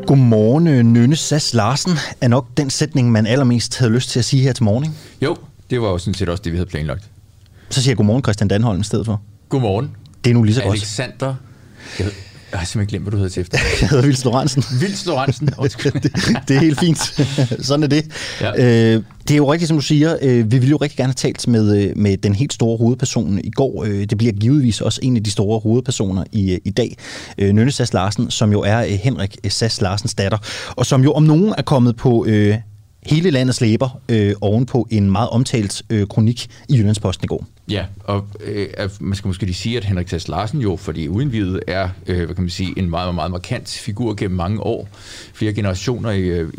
Godmorgen, Nynne Sass Larsen, er nok den sætning, man allermest havde lyst til at sige her til morgen. Jo, det var jo sådan set også det, vi havde planlagt. Så siger jeg godmorgen, Christian Danholm, i stedet for. Godmorgen. Det er nu lige så godt. Alexander. Jeg har simpelthen glemt, hvad du hedder til efter. Jeg hedder Vils Lorentzen. Vils Lorentzen. det er helt fint. Sådan er det. Ja. Det er jo rigtigt, som du siger. Vi ville jo rigtig gerne have talt med den helt store hovedperson i går. Det bliver givetvis også en af de store hovedpersoner i dag. Nynne Sass Larsen, som jo er Henrik Sass Larsens datter, og som jo om nogen er kommet på hele landets læber ovenpå en meget omtalt kronik i Jyllandsposten i går. Ja, og man skal måske lige sige, at Henrik Sass Larsen jo, fordi uindviet er, hvad kan man sige, en meget, meget markant figur gennem mange år. Flere generationer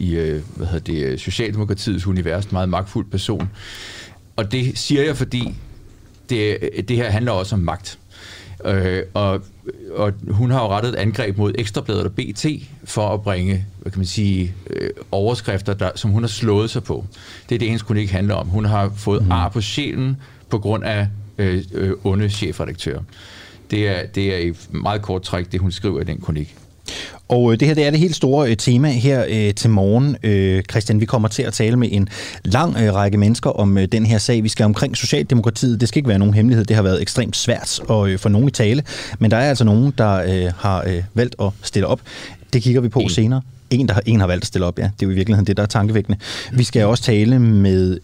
i Socialdemokratiets univers, meget magtfuld person. Og det siger jeg, fordi det her handler også om magt. Og hun har jo rettet et angreb mod Ekstrabladet og BT for at bringe, hvad kan man sige, overskrifter, som hun har slået sig på. Det er det, hendes kronik handler om. Hun har fået ar på sjælen på grund af onde chefredaktører. Det er i meget kort træk, det hun skriver i den kronik. Og det her det er det helt store tema her til morgen. Christian, vi kommer til at tale med en lang række mennesker om den her sag. Vi skal omkring Socialdemokratiet. Det skal ikke være nogen hemmelighed. Det har været ekstremt svært at få nogen i tale. Men der er altså nogen, der har valgt at stille op. Det kigger vi på senere. En har valgt at stille op, ja. Det er jo i virkeligheden det, der er tankevækkende. Vi skal også tale med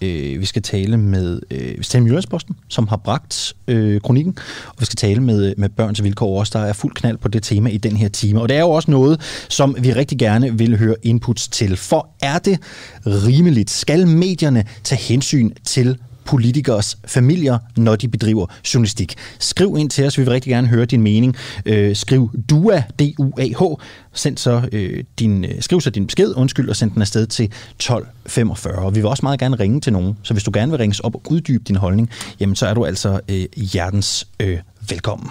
Jyllandsposten, som har bragt kronikken, og vi skal tale med Børns Vilkår også, der er fuld knald på det tema i den her time. Og det er jo også noget, som vi rigtig gerne vil høre inputs til. For er det rimeligt? Skal medierne tage hensyn til politikers familier, når de bedriver journalistik? Skriv ind til os, vi vil rigtig gerne høre din mening. Skriv DUAH, D-U-A-H. Skriv så din besked, og send den afsted til 1245. Og vi vil også meget gerne ringe til nogen, så hvis du gerne vil ringes op og uddybe din holdning, jamen så er du altså hjertens velkommen.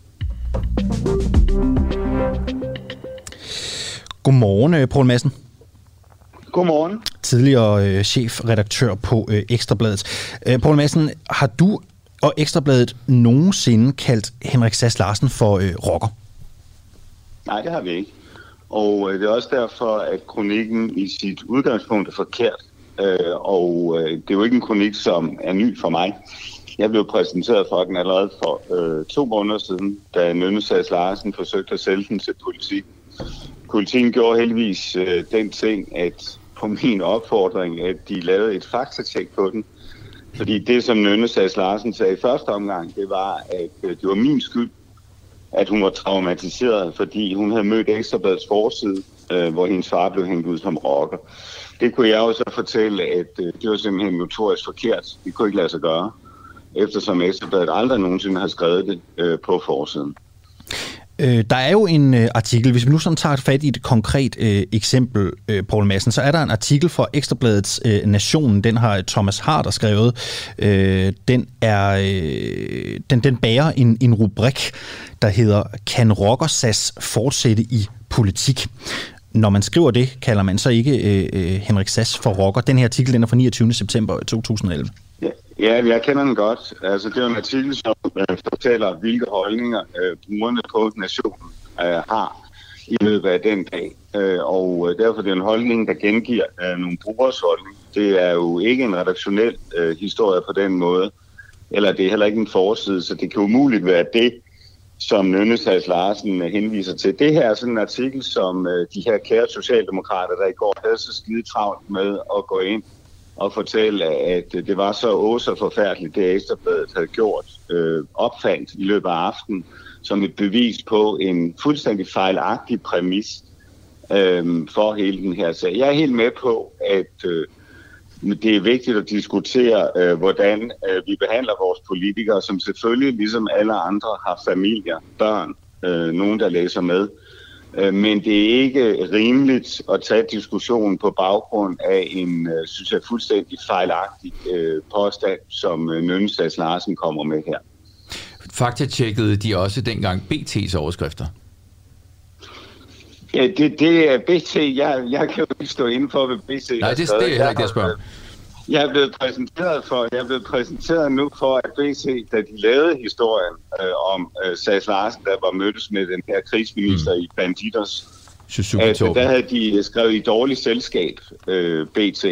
Godmorgen, Poul Madsen. Godmorgen. Tidligere chefredaktør på Ekstrabladet. Poul Madsen, har du og Ekstrabladet nogensinde kaldt Henrik Sass Larsen for rocker? Nej, det har vi ikke. Og det er også derfor, at kronikken i sit udgangspunkt er forkert. Og det er jo ikke en kronik, som er ny for mig. Jeg blev præsenteret for den allerede for 2 måneder siden, da Nynne Sass Larsen forsøgte at sælge den til politik. Politikken gjorde heldigvis den ting, at på min opfordring, at de lavede et faktatjek på den. Fordi det, som Nynne Sass Larsen sagde i første omgang, det var, at det var min skyld, at hun var traumatiseret, fordi hun havde mødt Ekstrabladets forside, hvor hendes far blev hængt ud som rocker. Det kunne jeg også fortælle, at det var simpelthen notorisk forkert. Det kunne ikke lade sig gøre, eftersom Ekstrabladet aldrig nogensinde har skrevet det på forsiden. Der er jo en artikel, hvis vi nu sådan tager fat i et konkret eksempel, Poul Madsen, så er der en artikel fra Ekstrabladets Nationen, den har Thomas Harder skrevet. Den bærer en rubrik, der hedder Kan rocker Sass fortsætte i politik? Når man skriver det, kalder man så ikke Henrik Sass for rocker. Den her artikel den er fra 29. september 2011. Ja, jeg kender den godt. Altså, det er en artikel, som fortæller, hvilke holdninger brugerne på Nationen har i løbet af den dag. Og derfor er det en holdning, der gengiver nogle brugers holdning. Det er jo ikke en redaktionel historie på den måde, eller det er heller ikke en forside, så det kan umuligt være det, som Nynne Sass Larsen henviser til. Det her er sådan en artikel, som de her kære socialdemokrater, der i går havde så skide travlt med at gå ind og fortælle, at det var så forfærdeligt, det Ekstrabladet havde gjort, opfandt i løbet af aftenen, som et bevis på en fuldstændig fejlagtig præmis for hele den her sag. Jeg er helt med på, at det er vigtigt at diskutere, hvordan vi behandler vores politikere, som selvfølgelig, ligesom alle andre, har familier, børn, nogen, der læser med. Men det er ikke rimeligt at tage diskussionen på baggrund af en, synes jeg, fuldstændig fejlagtig påstand, som Nynne Sass Larsen kommer med her. Faktatjekkede de også dengang BT's overskrifter? Ja, det er BT. Jeg kan jo ikke stå inden for, hvad BT Nej, det er heller ikke, jeg spørger. Jeg er blevet præsenteret nu for, at BT, da de lavede historien om Sass Larsen, der var mødtes med den her krigsminister i Bandidos Suzuki-tog. Der havde de skrevet i dårligt selskab, BT.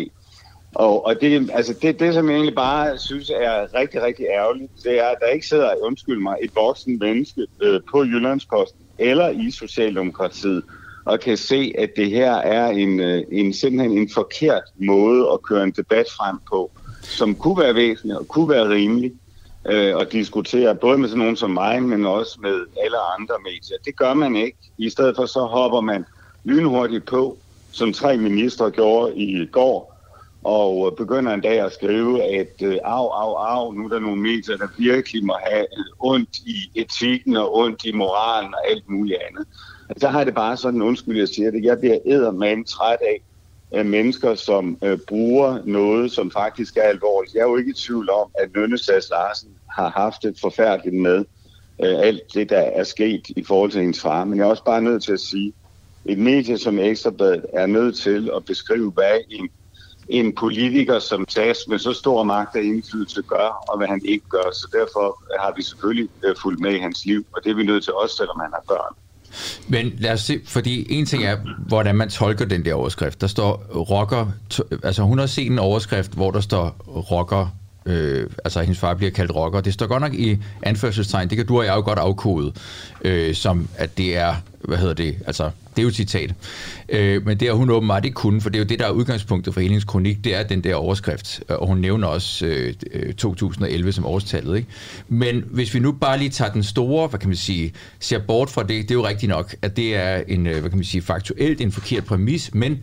Og det, som jeg egentlig bare synes er rigtig, rigtig ærgerligt, det er, at der ikke sidder, undskyld mig, et voksen menneske på Jyllandsposten eller i Socialdemokratiet, og kan se, at det her er simpelthen en forkert måde at køre en debat frem på, som kunne være væsentlig og kunne være rimelig at diskutere, både med sådan nogen som mig, men også med alle andre medier. Det gør man ikke. I stedet for så hopper man lynhurtigt på, som 3 ministre gjorde i går, og begynder en dag at skrive, at nu er der nogle medier, der virkelig må have ondt i etikken og ondt i moralen og alt muligt andet. Så har det bare sådan, undskyld, jeg siger det, jeg bliver eddermame træt af mennesker, som bruger noget, som faktisk er alvorligt. Jeg er jo ikke i tvivl om, at Nynne Sass Larsen har haft det forfærdeligt med alt det, der er sket i forhold til hendes far. Men jeg er også bare nødt til at sige, et medie som Ekstra Bladet er nødt til at beskrive, hvad en politiker som Sass med så stor magt og indflydelse gør, og hvad han ikke gør. Så derfor har vi selvfølgelig fulgt med i hans liv, og det er vi nødt til også, selvom han har børn. Men lad os se, fordi en ting er, hvordan man tolker den der overskrift. Der står rocker, altså hun har set en overskrift, hvor der står rocker, altså hendes far bliver kaldt rocker. Det står godt nok i anførselstegn, det kan du og jeg jo godt afkode, som at det er, altså det er jo et citat. Men det har hun åbenbart ikke kunnet, for det er jo det, der er udgangspunktet for hele hendes kronik, det er den der overskrift, og hun nævner også 2011 som årstallet, ikke? Men hvis vi nu bare lige tager den store, ser bort fra det, det er jo rigtigt nok, at det er en, faktuelt en forkert præmis, men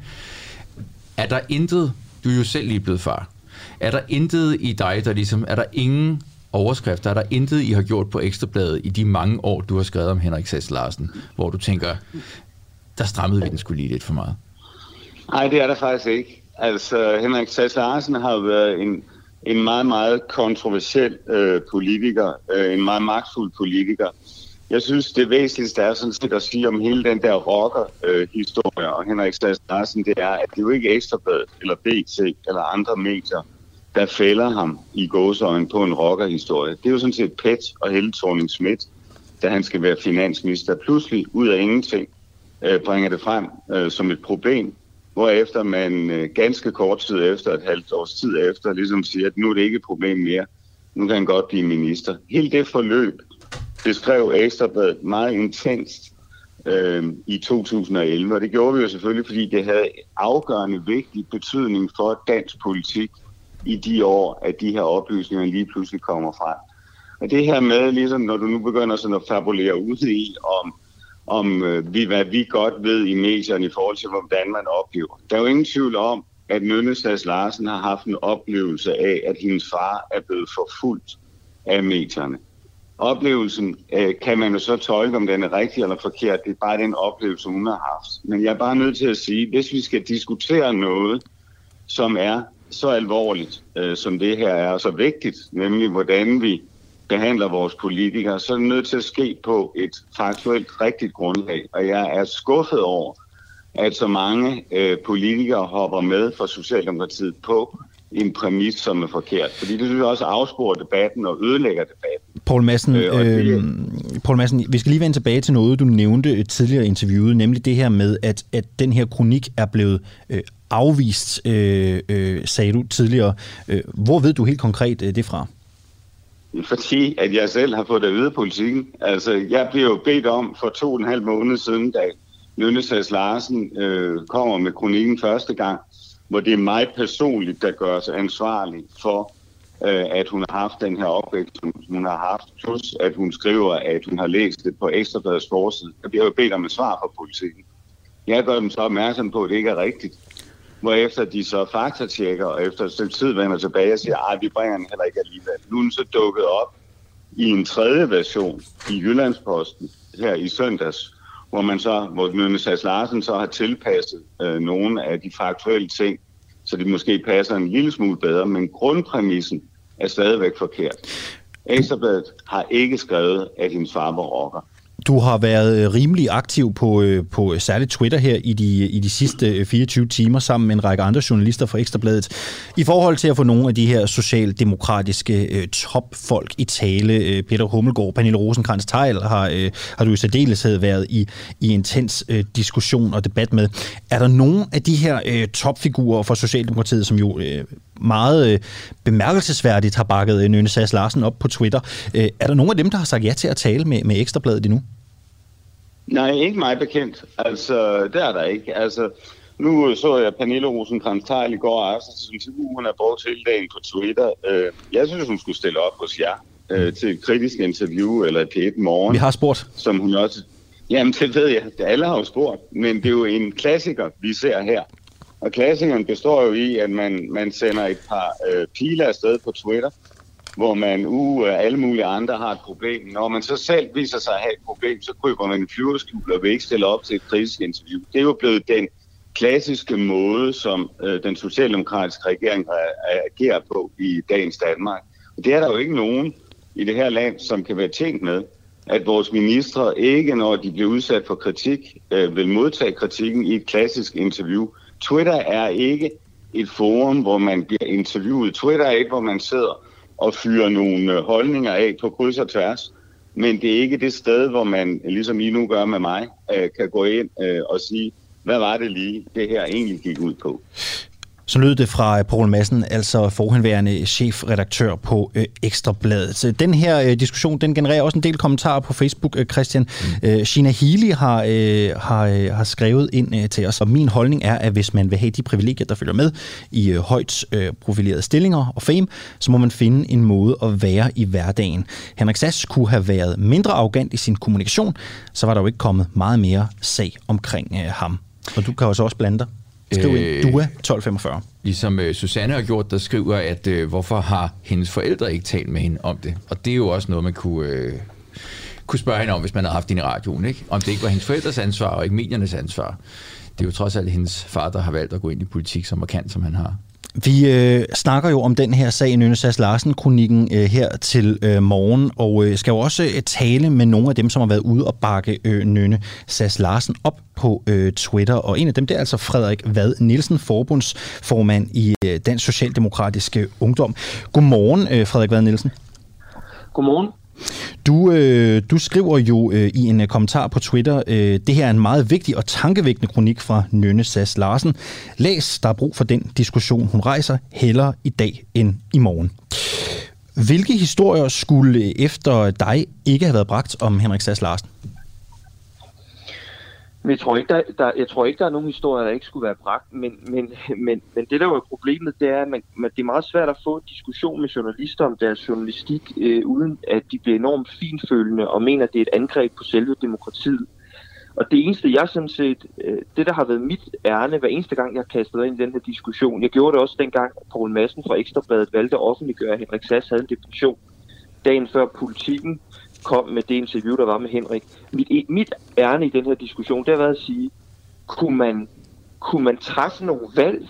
er der intet, du er jo selv lige blevet far, er der intet i dig, der ligesom, er der ingen overskrifter, er der intet, I har gjort på Ekstra Bladet i de mange år, du har skrevet om Henrik Sass Larsen, hvor du tænker, der strammede vi den skulle lige lidt for meget? Nej, det er der faktisk ikke. Altså, Henrik Sass Larsen har jo været en meget, meget kontroversiel politiker, en meget magtfuld politiker. Jeg synes, det væsentligste er sådan set at sige om hele den der rocker-historie, og Henrik Sass Larsen, det er, at det jo ikke Ekstra Bladet eller BT eller andre medier, der fælder ham i gåseøjne på en rockerhistorie. Det er jo sådan set Pet og Helle Thorning-Schmidt, da han skal være finansminister, pludselig ud af ingenting bringer det frem som et problem, hvorefter man ganske kort tid efter, et halvt års tid efter, ligesom siger, at nu er det ikke et problem mere. Nu kan han godt blive minister. Hele det forløb beskrev Ekstra Bladet meget intenst i 2011, og det gjorde vi jo selvfølgelig, fordi det havde afgørende vigtig betydning for dansk politik i de år, at de her oplysninger lige pludselig kommer frem. Og det her med, ligesom når du nu begynder sådan at fabulere ud i, hvad vi godt ved i medierne i forhold til, hvordan man oplever. Der er jo ingen tvivl om, at Nynne Sass Larsen har haft en oplevelse af, at hendes far er blevet forfulgt af medierne. Oplevelsen kan man jo så tolke, om den er rigtig eller forkert. Det er bare den oplevelse, hun har haft. Men jeg er bare nødt til at sige, hvis vi skal diskutere noget, som er så alvorligt, som det her er, og så vigtigt, nemlig hvordan vi behandler vores politikere, så er det nødt til at ske på et faktuelt rigtigt grundlag. Og jeg er skuffet over, at så mange politikere hopper med fra Socialdemokratiet på en præmis, som er forkert. Fordi det synes jeg også afsporer debatten og ødelægger debatten. Poul Madsen, vi skal lige vende tilbage til noget, du nævnte tidligere i interviewet, nemlig det her med, at den her kronik er blevet afvist, sagde du tidligere. Hvor ved du helt konkret det fra? Fordi at jeg selv har fået det at vide politikken. Altså, jeg blev jo bedt om for 2,5 måneder siden, da Nynne Sass Larsen kommer med kronikken første gang, hvor det er mig personligt, der gør sig ansvarlig for, at hun har haft den her opvækst, som hun har haft, plus at hun skriver, at hun har læst det på Ekstra Bladets forside. Jeg bliver jo bedt om et svar fra politikken. Jeg gør dem så opmærksom på, at det ikke er rigtigt. Hvorefter de så faktatjekker, og efter et stykke tid vender tilbage og siger, vi bringer den heller ikke alligevel. Nu er den så dukket op i en tredje version i Jyllandsposten her i søndags, hvor Nynne Sass Larsen så har tilpasset nogle af de faktuelle ting, så de måske passer en lille smule bedre, men grundpræmissen er stadigvæk forkert. Ekstra Bladet har ikke skrevet, at hendes far var rocker. Du har været rimelig aktiv på særligt Twitter her i de sidste 24 timer sammen med en række andre journalister fra Ekstra Bladet i forhold til at få nogle af de her socialdemokratiske topfolk i tale. Peter Hummelgaard, Pernille Rosenkrantz-Theil har du i særdeleshed været i intens diskussion og debat med. Er der nogen af de her topfigurer fra Socialdemokratiet, som jo meget bemærkelsesværdigt har bakket Nynne Sass Larsen op på Twitter. Er der nogen af dem, der har sagt ja til at tale med Ekstra Bladet endnu? Nej, ikke mig bekendt. Altså, det er der ikke. Altså, nu så jeg Pernille Rosenkrantz-Theil i går aftes, hun har brugt hele dagen på Twitter. Jeg synes, hun skulle stille op hos jer til et kritisk interview eller til et morgen. Vi har spurgt. Som hun også... Jamen, det ved jeg. Alle har jo spurgt. Men det er jo en klassiker, vi ser her. Og klassikeren består jo i, at man sender et par piler afsted på Twitter, hvor man alle mulige andre har et problem. Når man så selv viser sig at have et problem, så kryber man en flyverskjul og vil ikke stille op til et kritisk interview. Det er jo blevet den klassiske måde, som den socialdemokratiske regering agerer på i dagens Danmark. Og det er der jo ikke nogen i det her land, som kan være tjent med, at vores ministre ikke, når de bliver udsat for kritik, vil modtage kritikken i et klassisk interview. Twitter er ikke et forum, hvor man bliver interviewet. Twitter er et, hvor man sidder og fyrer nogle holdninger af på kryds og tværs. Men det er ikke det sted, hvor man, ligesom I nu gør med mig, kan gå ind og sige, hvad var det lige, det her egentlig gik ud på. Så lød det fra Poul Madsen, altså forhenværende chefredaktør på Ekstra Bladet. Så den her diskussion, den genererer også en del kommentarer på Facebook, Christian. Sheena Healy har skrevet ind til os, og min holdning er, at hvis man vil have de privilegier, der følger med i højt profilerede stillinger og fame, så må man finde en måde at være i hverdagen. Henrik Sass kunne have været mindre arrogant i sin kommunikation, så var der jo ikke kommet meget mere sag omkring ham. Og du kan også blande dig. Skriv ind DUA 1245. Ligesom Susanne har gjort, der skriver, at hvorfor har hendes forældre ikke talt med hende om det? Og det er jo også noget, man kunne spørge hende om, hvis man havde haft hende i radioen, ikke? Om det ikke var hendes forældres ansvar, og ikke mediernes ansvar. Det er jo trods alt hendes far, der har valgt at gå ind i politik så markant, som han har. Vi snakker jo om den her sag i Nynne Sass Larsen-kronikken her til morgen, og skal jo også tale med nogle af dem, som har været ude og bakke Nynne Sass Larsen op på Twitter. Og en af dem, det er altså Frederik Vad Nielsen, forbundsformand i Dansk Socialdemokratiske Ungdom. Godmorgen, Frederik Vad Nielsen. Godmorgen. Du skriver jo i en kommentar på Twitter, det her er en meget vigtig og tankevækkende kronik fra Nynne Sass Larsen. Læs, der er brug for den diskussion, hun rejser, hellere i dag end i morgen. Hvilke historier skulle efter dig ikke have været bragt om Henrik Sass Larsen? Jeg tror ikke, der er nogen historier, der ikke skulle være bragt, men det, der jo er problemet, det er, at det er meget svært at få en diskussion med journalister om deres journalistik, uden at de bliver enormt finfølende og mener, at det er et angreb på selve demokratiet. Og det eneste, jeg sådan set, det der har været mit ærne, hver eneste gang, jeg kastede ind i den her diskussion, jeg gjorde det også dengang, Poul Madsen fra Ekstra Bladet valgte at offentliggøre, at Henrik Sass havde en depression dagen før Politikken kom med det interview, der var med Henrik. Mit ærne i den her diskussion, det har været at sige, kunne man træffe nogle valg,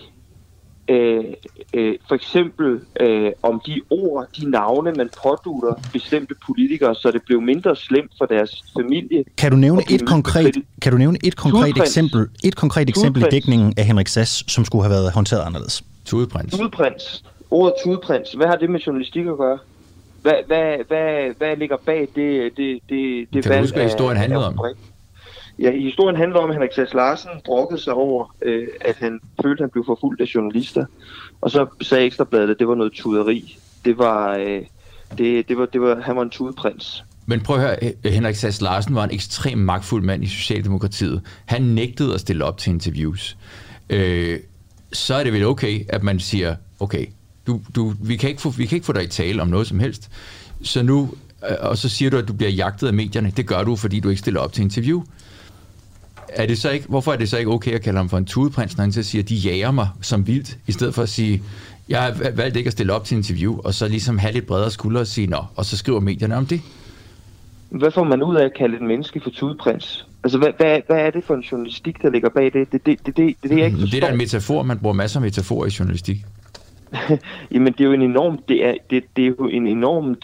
for eksempel om de ord, de navne, man pådutter bestemte politikere, så det blev mindre slemt for deres familie. Kan du nævne et konkret eksempel i dækningen af Henrik Sass, som skulle have været håndteret anderledes? Tudeprins. Ordet tudeprins. Hvad har det med journalistik at gøre? Hvad ligger bag det kan du huske, hvad historien handlede om? Ja, historien handler om, at Henrik Sass Larsen brokkede sig over, at han følte, at han blev forfulgt af journalister. Og så sagde Ekstra Bladet, at det var noget tuderi. Han var en tudeprins. Men prøv at høre, Henrik Sass Larsen var en ekstrem magtfuld mand i Socialdemokratiet. Han nægtede at stille op til interviews. Så er det vel okay, at man siger, okay, vi kan ikke få dig i tale om noget som helst. Så nu, og så siger du, at du bliver jagtet af medierne. Det gør du, fordi du ikke stiller op til interview. Hvorfor er det så ikke okay at kalde ham for en tudeprins, når han så siger, at de jager mig som vildt, i stedet for at sige, jeg har valgt ikke at stille op til interview, og så ligesom have lidt bredere skuldre og sige, nå, og så skriver medierne om det? Hvad får man ud af at kalde et menneske for tudeprins? Altså, hvad er det for en journalistik, der ligger bag det? Det er jeg ikke forstår. Det er da en metafor, man bruger masser af metaforer i journalistik. Jamen, det er jo en enormt, det er jo en enormt,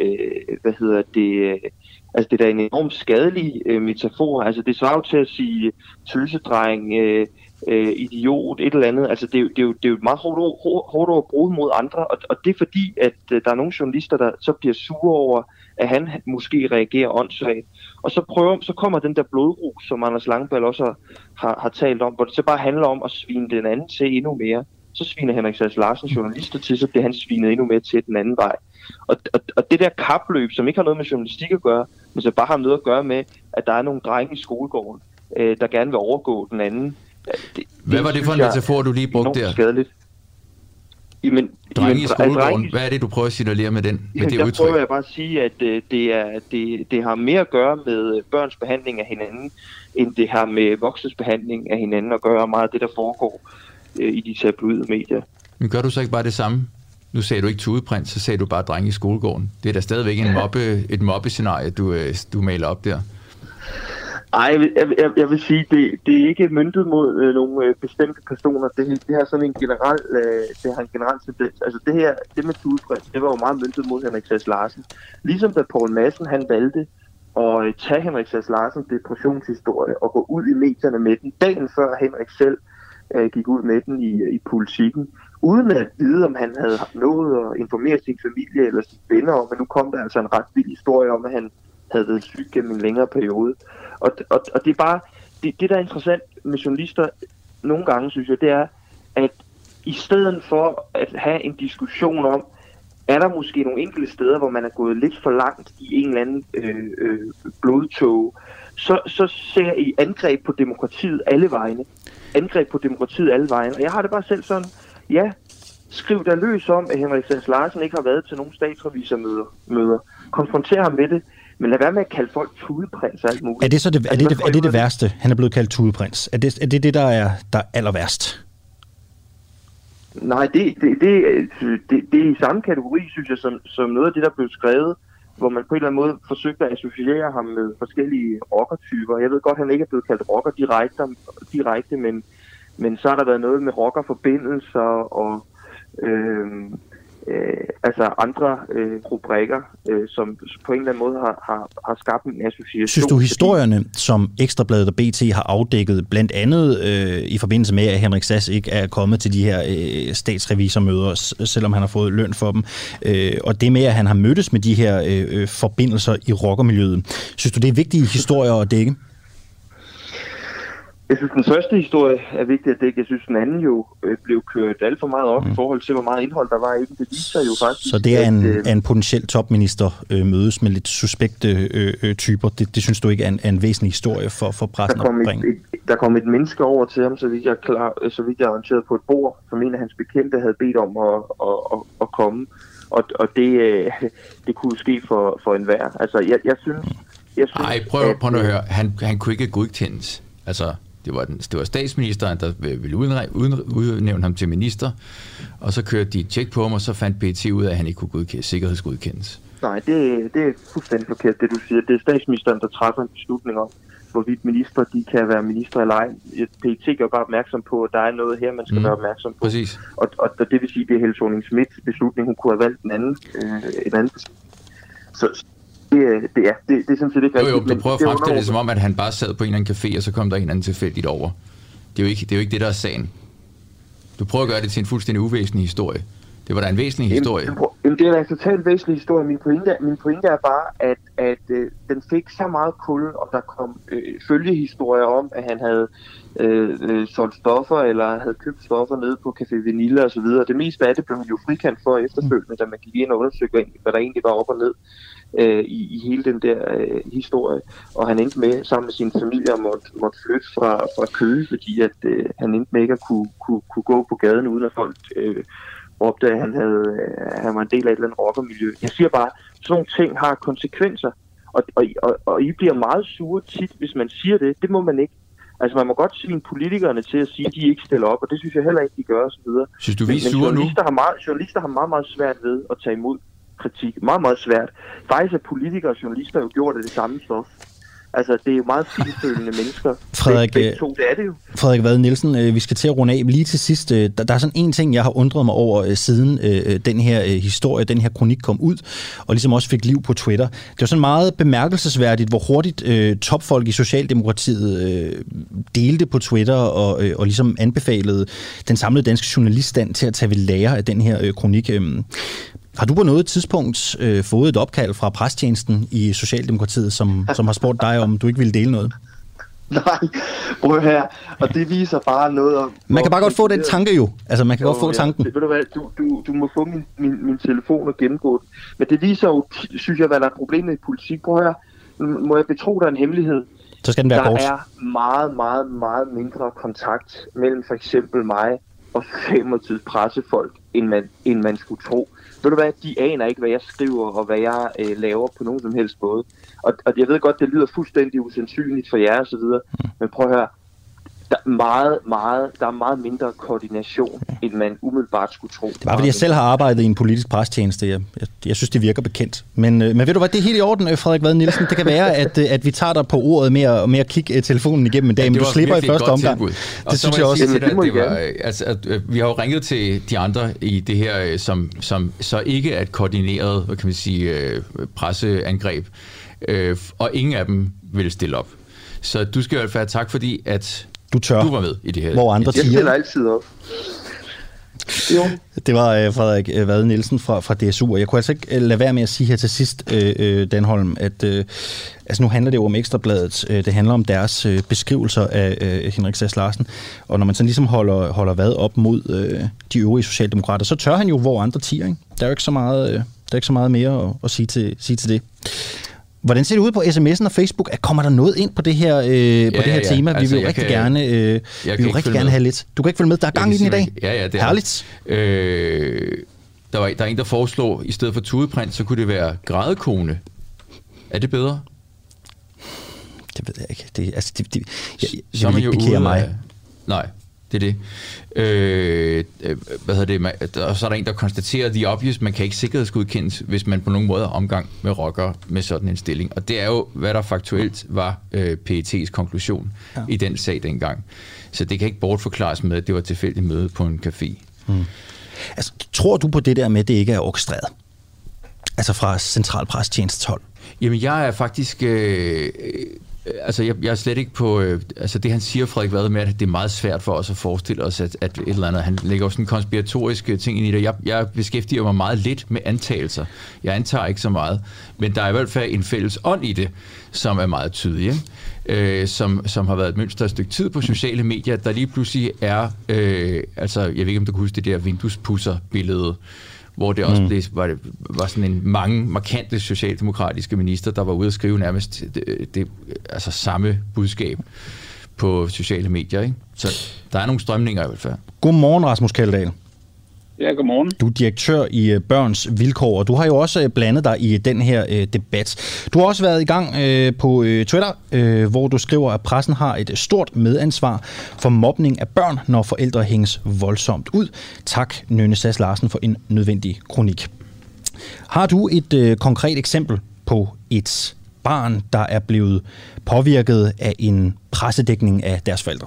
altså det er da en enormt skadelig metafor. Altså det svarer jo til at sige tøsedreng, idiot, et eller andet. Altså det er jo et meget hårdt ord at bruge mod andre, og det er fordi, at der er nogle journalister, der så bliver sure over, at han måske reagerer åndssvagt. Og så kommer den der blodrus, som Anders Langballe også har talt om, hvor det så bare handler om at svine den anden til endnu mere. Så sviner Henrik Sass Larsen journalister til, så bliver han svinet endnu mere til den anden vej. Og det der kapløb, som ikke har noget med journalistik at gøre, men så bare har noget at gøre med, at der er nogle drenge i skolegården, der gerne vil overgå den anden. Hvad var det for en metafor, du lige brugte der? Skadeligt. Drenge i skolegården, hvad er det, du prøver at signalere med det udtryk? Der prøver jeg bare at sige, at det har mere at gøre med børns behandling af hinanden, end det har med voksnes behandling af hinanden at gøre meget af det, der foregår i de tabloide medier. Men gør du så ikke bare det samme? Nu sagde du ikke tudeprins, så sagde du bare drenge i skolegården. Det er da stadigvæk et mobbescenarie, du maler op der. Ej, jeg vil sige, det er ikke møntet mod nogle bestemte personer. Det har sådan en generel tendens. Altså det med tudeprins, det var jo meget møntet mod Henrik Sass Larsen. Ligesom da Poul Madsen, han valgte at tage Henrik Sass Larsens depressionshistorie og gå ud i medierne med den, dagen før Henrik selv gik ud med den i Politikken, uden at vide, om han havde nået at informere sin familie eller sine venner om, men nu kom der altså en ret vild historie om, at han havde været syg gennem en længere periode. Og det er bare, det der er interessant med journalister nogle gange, synes jeg, det er, at i stedet for at have en diskussion om, er der måske nogle enkelte steder, hvor man er gået lidt for langt i en eller anden blodtog, så ser I angreb på demokratiet alle vegne. Og jeg har det bare selv sådan, ja, skriv der løs om, at Henrik Sass Larsen ikke har været til nogen statsrevisormøder. Konfronter ham med det, men lad være med at kalde folk tudeprins og alt muligt. Er det det værste, han er blevet kaldt tudeprins? Er det der er aller værst? Nej, det er i samme kategori, synes jeg, som noget af det, der blev skrevet, hvor man på en eller anden måde forsøgte at associere ham med forskellige rockertyper. Jeg ved godt, at han ikke er blevet kaldt rocker direkte, men så har der været noget med rockerforbindelser og altså andre rubrikker, som på en eller anden måde har skabt en association. Synes du historierne, som Ekstra Bladet og BT har afdækket, blandt andet i forbindelse med, at Henrik Sass ikke er kommet til de her statsrevisormøder, selvom han har fået løn for dem, og det med, at han har mødtes med de her forbindelser i rockermiljøet, synes du, det er vigtige historier at dække? Jeg synes, den første historie er vigtig at dække. Jeg synes, den anden jo blev kørt alt for meget op i forhold til, hvor meget indhold der var i den. Det viser jo faktisk... Så det er en potentiel topminister mødes med lidt suspekte typer. Det synes du ikke er en væsentlig historie for pressen at bringe? Der kom et menneske over til ham, så vidt jeg er orienteret på et bord, som en af hans bekendte havde bedt om at komme. Og det kunne ske for enhver. Altså, jeg synes... Nej, prøv at høre. Han kunne ikke godkendes. Altså... Det var statsministeren, der ville udnævne ham til minister, og så kørte de et tjek på ham, og så fandt PET ud af, at han ikke kunne sikkerhedsgodkendes. Nej, det er fuldstændig forkert, det du siger. Det er statsministeren, der træffer en beslutning om, hvorvidt ministre de kan være ministre eller ej. PET gør bare opmærksom på, at der er noget her, man skal være opmærksom på. Præcis. Og det vil sige, at det er Helle Thorning-Schmidts beslutning. Hun kunne have valgt en anden beslutning. Så det er sådan set ikke rigtigt. Jo, du prøver at fremstille det som om, at han bare sad på en eller anden café, og så kom der en anden tilfældigt over. Det er jo ikke det, der er sagen. Du prøver at gøre det til en fuldstændig uvæsentlig historie. Det var da en væsentlig historie. Det er da en totalt væsentlig historie. Min pointe er bare, at den fik så meget kul, og der kom følgehistorier om, at han havde solgt stoffer, eller havde købt stoffer nede på Café Vanilla og så videre. Det meste af det blev jo frikendt for efterfølgende, da man gik ind og undersøgte, hvad der egentlig var op og ned i hele den der historie. Og han endte med, sammen med sin familie, og måtte flytte fra Køge, fordi at han endte med ikke at kunne gå på gaden, uden at folk råbte, at han var en del af et eller andet rockermiljø. Jeg siger bare, sådan nogle ting har konsekvenser, og I bliver meget sure tit, hvis man siger det. Det må man ikke. Altså, man må godt svine politikerne til at sige, at de ikke stiller op, og det synes jeg heller ikke, de gør, og så videre. Synes du, vi er sure nu? Journalister har meget, meget svært ved at tage imod kritik. Meget, meget svært. Faktisk er politikere og journalister jo gjort af det samme stof. Altså, det er jo meget finfølende mennesker. Frederik, det er det jo. Frederik Vad Nielsen, vi skal til at runde af. Lige til sidst, der er sådan en ting, jeg har undret mig over siden den her historie, den her kronik kom ud, og ligesom også fik liv på Twitter. Det var sådan meget bemærkelsesværdigt, hvor hurtigt topfolk i Socialdemokratiet delte på Twitter og ligesom anbefalede den samlede danske journaliststand til at tage ved lære af den her kronik. Har du på noget tidspunkt fået et opkald fra presstjenesten i Socialdemokratiet, som har spurgt dig, om du ikke ville dele noget? Nej, prøv her. Og det viser bare noget om... Man kan bare godt få den tanke jo. Altså, man kan godt få tanken. Ved du hvad, du må få min telefon og gennemgå den. Men det viser jo, synes jeg, hvad der er problemet i politik. Prøv her. Må jeg betro dig en hemmelighed? Så skal den være kort. Der er meget, meget, meget mindre kontakt mellem for eksempel mig og Socialdemokratiets pressefolk, end man skulle tro. Ved du hvad, de aner ikke, hvad jeg skriver og hvad jeg laver på nogen som helst måde. Og jeg ved godt, det lyder fuldstændig usandsynligt for jer og så videre, men prøv at høre, der er meget mindre koordination, end man umiddelbart skulle tro. Det var fordi jeg selv har arbejdet i en politisk presstjeneste. Jeg synes, det virker bekendt. Men ved du hvad, det er helt i orden, Frederik Vad Nielsen. Det kan være, at vi tager dig på ordet med at kigge telefonen igennem en dag, men du slipper i første omgang. Det synes jeg også. Vi har jo ringet til de andre i det her, som så ikke er et koordineret, hvad kan man sige, presseangreb, og ingen af dem vil stille op. Så du skal i hvert fald tak, fordi at du var med i det her. Hvor andre jeg stiller altid op. Jo. Det var Frederik Vad Nielsen fra DSU, og jeg kunne altså ikke lade være med at sige her til sidst, Danholm, at altså nu handler det jo om Ekstrabladet. Det handler om deres beskrivelser af Henrik Sass Larsen, og når man sådan ligesom holder Vad op mod de øvrige socialdemokrater, så tør han jo, hvor andre tier, ikke? Der er jo ikke så meget mere at sige til det. Hvordan ser det ud på sms'en og Facebook? Kommer der noget ind på det her, tema? Vi vil jo rigtig gerne have lidt. Du kan ikke følge med. Der er gang i den i dag. Ja, det er herligt. Der er en, der foreslår, i stedet for tudeprint, så kunne det være grædekone. Er det bedre? Det ved jeg ikke. Jeg vil ikke bekære mig. Nej. Det er det. Og så er der en, der konstaterer the obvious, man kan ikke sikkerhedsgodkendes, hvis man på nogen måde er omgang med rockere med sådan en stilling. Og det er jo, hvad der faktuelt var PET's konklusion i den sag dengang. Så det kan ikke bortforklares med, at det var et tilfældigt møde på en café. Altså, tror du på det der med, at det ikke er orkestreret? Altså fra centralpresstjenestens hold? Jamen, jeg er faktisk... jeg er slet ikke på... det, han siger, Frederik Vad, med, at det er meget svært for os at forestille os, at et eller andet... Han lægger også en konspiratorisk ting ind i det. Jeg beskæftiger mig meget lidt med antagelser. Jeg antager ikke så meget. Men der er i hvert fald en fælles ånd i det, som er meget tydelig, som har været et mønster et stykke tid på sociale medier, der lige pludselig er... jeg ved ikke, om du kan huske det der vinduespusser-billede, hvor det også var sådan en mange markante socialdemokratiske minister, der var ude at skrive nærmest altså samme budskab på sociale medier, ikke? Så der er nogle strømninger i hvert fald. Godmorgen, Rasmus Kjeldahl. Ja, godmorgen. Du er direktør i Børns Vilkår, og du har jo også blandet dig i den her debat. Du har også været i gang på Twitter, hvor du skriver, at pressen har et stort medansvar for mobning af børn, når forældre hænges voldsomt ud. Tak, Nynne Sass Larsen, for en nødvendig kronik. Har du et konkret eksempel på et barn, der er blevet påvirket af en pressedækning af deres forældre?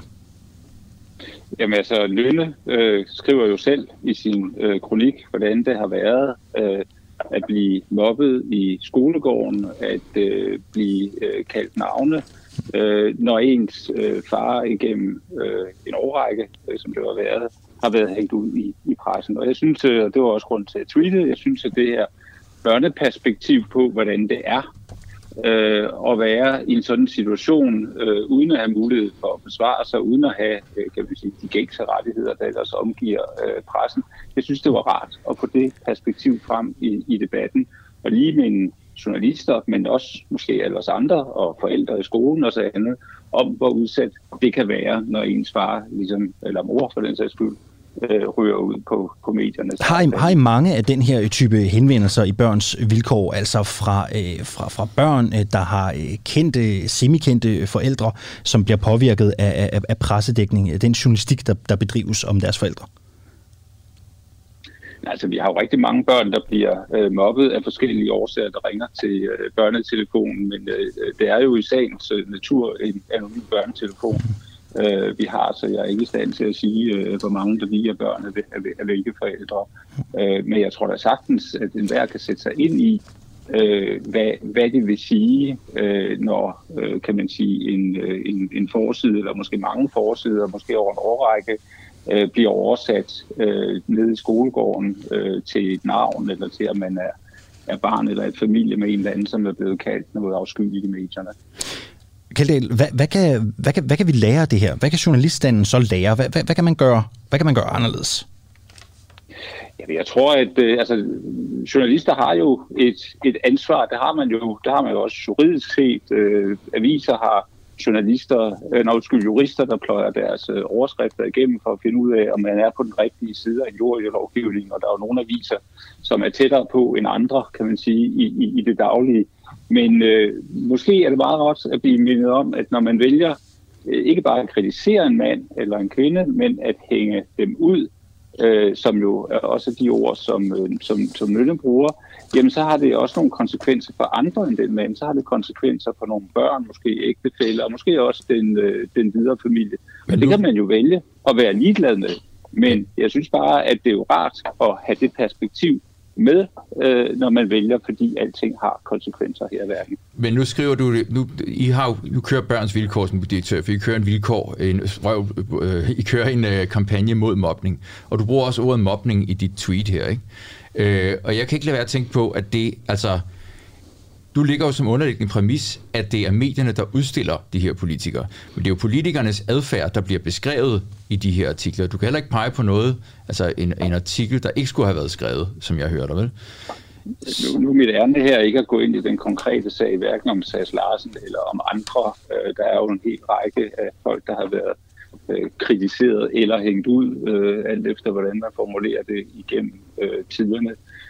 Jamen altså, Lønne skriver jo selv i sin kronik, hvordan det har været at blive mobbet i skolegården, at blive kaldt navne, når ens far igennem en årrække, som det har været hængt ud i pressen. Og jeg synes, og det var også grund til at tweete, jeg synes, at det her børneperspektiv på, hvordan det er at være i en sådan situation, uden at have mulighed for at forsvare sig, uden at have kan vi sige, de gængse rettigheder, der ellers omgiver pressen. Jeg synes, det var rart at få det perspektiv frem i debatten, og lige med en journalister, men også måske alle os andre og forældre i skolen og så andet, om hvor udsat det kan være, når ens far, ligesom, eller mor for den sags skyld, ryger ud på medierne. Har I mange af den her type henvendelser i Børns Vilkår, altså fra børn, der har kendte, semikendte forældre, som bliver påvirket af pressedækning, den journalistik, der bedrives om deres forældre? Altså, vi har jo rigtig mange børn, der bliver mobbet af forskellige årsager, der ringer til børnetelefonen, men det er jo i sagens natur en anonym børnetelefon, vi har, så jeg er ikke i stand til at sige, hvor mange der lige er børn af hvilke forældre. Men jeg tror da sagtens, at enhver kan sætte sig ind i, hvad det vil sige, når, kan man sige, en forside, eller måske mange forsider, måske over en årrække, bliver oversat nede i skolegården til et navn, eller til, at man er barn eller et familie med en eller anden, som er blevet kaldt noget afskyeligt i medierne. Kjeld Dahl, hvad kan vi lære af det her? Hvad kan journaliststanden så lære? Hvad kan man gøre? Hvad kan man gøre anderledes? Jeg tror, at journalister har jo et ansvar. Det har man jo også juridisk set. Aviser har jurister, der pløjer deres overskrifter igennem for at finde ud af, om man er på den rigtige side af en jordlovgivning. Og der er jo nogle aviser, som er tættere på end andre, kan man sige, i det daglige. Men måske er det meget godt at blive mindet om, at når man vælger ikke bare at kritisere en mand eller en kvinde, men at hænge dem ud, som jo er også de ord, som Mølle bruger, jamen så har det også nogle konsekvenser for andre end den mand. Så har det konsekvenser for nogle børn, måske ægtefæller, og måske også den videre familie. Men det kan man jo vælge at være ligeglad med. Men jeg synes bare, at det er jo rart at have det perspektiv med, når man vælger, fordi alting har konsekvenser her i verden. Men nu skriver du, nu kører Børns Vilkår som direktør, for I kører en kampagne mod mobning, og du bruger også ordet mobning i dit tweet her, ikke? Og jeg kan ikke lade være at tænke på, at det, altså, du ligger jo som underliggende præmis, at det er medierne, der udstiller de her politikere. Men det er jo politikernes adfærd, der bliver beskrevet i de her artikler. Du kan heller ikke pege på noget, altså en artikel, der ikke skulle have været skrevet, som jeg hørte, vel? Nu er mit ærne her ikke at gå ind i den konkrete sag, hverken om Sass Larsen eller om andre. Der er jo en hel række af folk, der har været kritiseret eller hængt ud, alt efter hvordan man formulerer det igennem tiderne.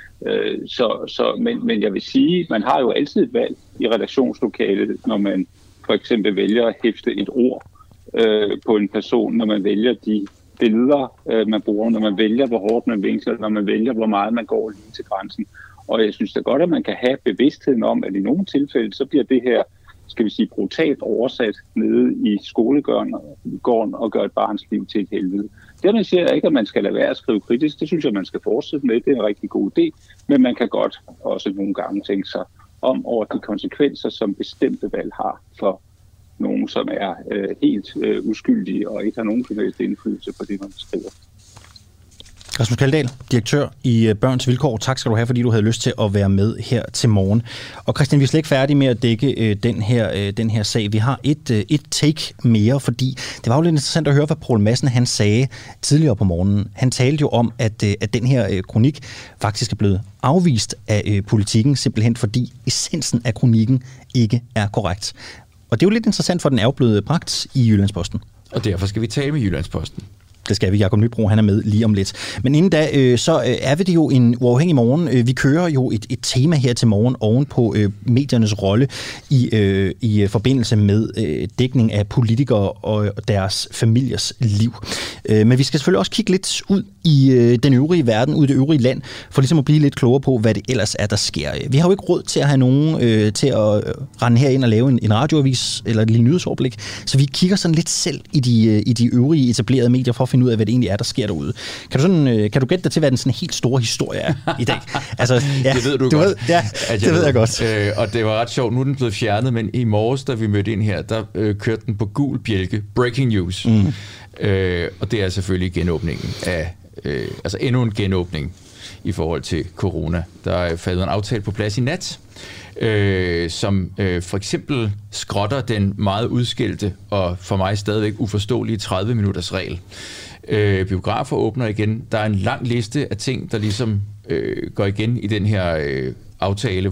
Men jeg vil sige, man har jo altid et valg i redaktionslokalet, når man for eksempel vælger at hæfte et ord på en person, når man vælger de billeder, man bruger, når man vælger, hvor hårdt man vinkler, når man vælger, hvor meget man går lige til grænsen. Og jeg synes da godt, at man kan have bevidstheden om, at i nogle tilfælde, så bliver det her, skal vi sige, brutalt oversat nede i skolegården og gør et barns liv til et helvede. Dermed siger jeg ikke, at man skal lade være at skrive kritisk. Det synes jeg, man skal fortsætte med. Det er en rigtig god idé. Men man kan godt også nogle gange tænke sig om over de konsekvenser, som bestemte valg har for nogen, som er helt uskyldige og ikke har nogen indflydelse på det, man skriver. Rasmus Kjeld Dahl, direktør i Børns Vilkår. Tak skal du have, fordi du havde lyst til at være med her til morgen. Og Christian, vi er slet ikke færdige med at dække den her sag. Vi har et take mere, fordi det var jo lidt interessant at høre, hvad Poul Madsen han sagde tidligere på morgenen. Han talte jo om, at den her kronik faktisk er blevet afvist af Politikken, simpelthen fordi essensen af kronikken ikke er korrekt. Og det er jo lidt interessant, for den er jo blevet bragt i Jyllandsposten. Og derfor skal vi tale med Jyllandsposten. Det skal vi. Jakob Nybro, han er med lige om lidt. Men inden da, så er vi det jo en uafhængig morgen. Vi kører jo et tema her til morgen oven på mediernes rolle i forbindelse med dækning af politikere og deres familiers liv. Men vi skal selvfølgelig også kigge lidt ud i den øvrige verden, ud i det øvrige land, for ligesom at blive lidt klogere på, hvad det ellers er, der sker. Vi har jo ikke råd til at have nogen til at rende herind og lave en radioavis eller et lille nyhedsoverblik, så vi kigger sådan lidt selv i de øvrige etablerede medier for at finde ud af, hvad det egentlig er, der sker derude. Kan du gætte dig til, hvad den sådan helt store historie er i dag? Altså, ja, det ved du godt. Det ved jeg godt. Og det var ret sjovt. Nu er den blevet fjernet, men i morges, da vi mødte ind her, der kørte den på gul bjælke. Breaking news. Og det er selvfølgelig genåbningen af altså endnu en genåbning i forhold til corona. Der er faldet en aftale på plads i nat, som for eksempel skrotter den meget udskældte og for mig stadigvæk uforståelige 30-minutters regel. Biografer åbner igen. Der er en lang liste af ting, der ligesom går igen i den her aftale,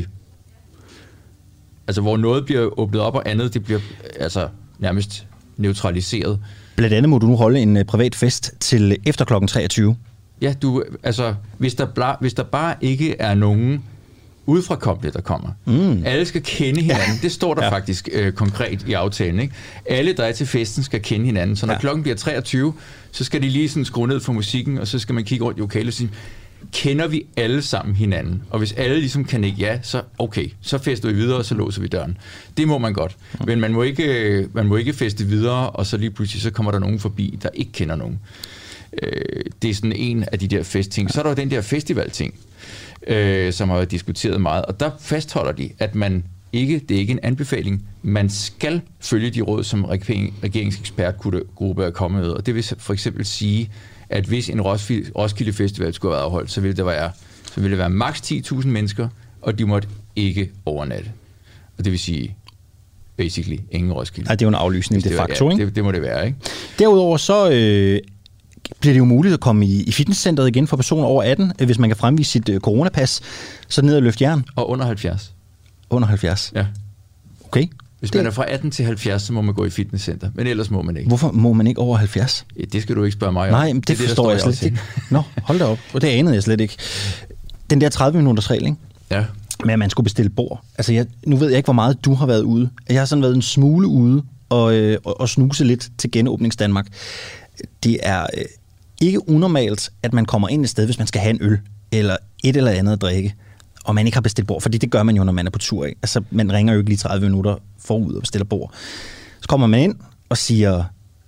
hvor noget bliver åbnet op, og andet det bliver altså nærmest neutraliseret. Blandt andet må du nu holde en privat fest til efter klokken 23. Ja, hvis der bare ikke er nogen udefrakommende, der kommer. Alle skal kende hinanden. Det står der faktisk konkret i aftalen. Ikke? Alle, der er til festen, skal kende hinanden. Så når klokken bliver 23, så skal de lige sådan skrue ned for musikken, og så skal man kigge rundt i lokalet og sige, kender vi alle sammen hinanden. Og hvis alle ligesom kan ikke ja, så okay, så fester vi videre, og så låser vi døren. Det må man godt. Men man må ikke feste videre, og så lige pludselig så kommer der nogen forbi, der ikke kender nogen. Det er sådan en af de der festting. Så er der jo den der festivalting, som har været diskuteret meget. Og der fastholder de, at det er ikke en anbefaling. Man skal følge de råd, som regeringsekspertgruppe er kommet med. Og det vil for eksempel sige, at hvis en Roskilde Festival skulle have været afholdt, så ville det være maks 10.000 mennesker, og de måtte ikke overnatte. Og det vil sige, basically, ingen Roskilde. Nej, det er jo en aflysning de facto, ikke? Det må det være, ikke? Derudover så bliver det jo muligt at komme i fitnesscenteret igen for personer over 18, hvis man kan fremvise sit coronapas, så ned og løfte jern. Og under 70. Under 70? Ja. Okay. Hvis man er fra 18 til 70, så må man gå i fitnesscenter, men ellers må man ikke. Hvorfor må man ikke over 70? Ja, det skal du ikke spørge mig om. Nej, men det forstår jeg slet ikke. Nå, hold da op. Og det anede jeg slet ikke. Den der 30-minutters regel, ikke? Ja. Med at man skulle bestille bord. Altså, nu ved jeg ikke, hvor meget du har været ude. Jeg har sådan været en smule ude og snuse lidt til genåbnings Danmark. Det er ikke unormalt, at man kommer ind et sted, hvis man skal have en øl, eller et eller andet at drikke, og man ikke har bestilt bord, fordi det gør man jo, når man er på tur, ikke? Altså, man ringer jo ikke lige 30 minutter forud og bestiller bord. Så kommer man ind og siger,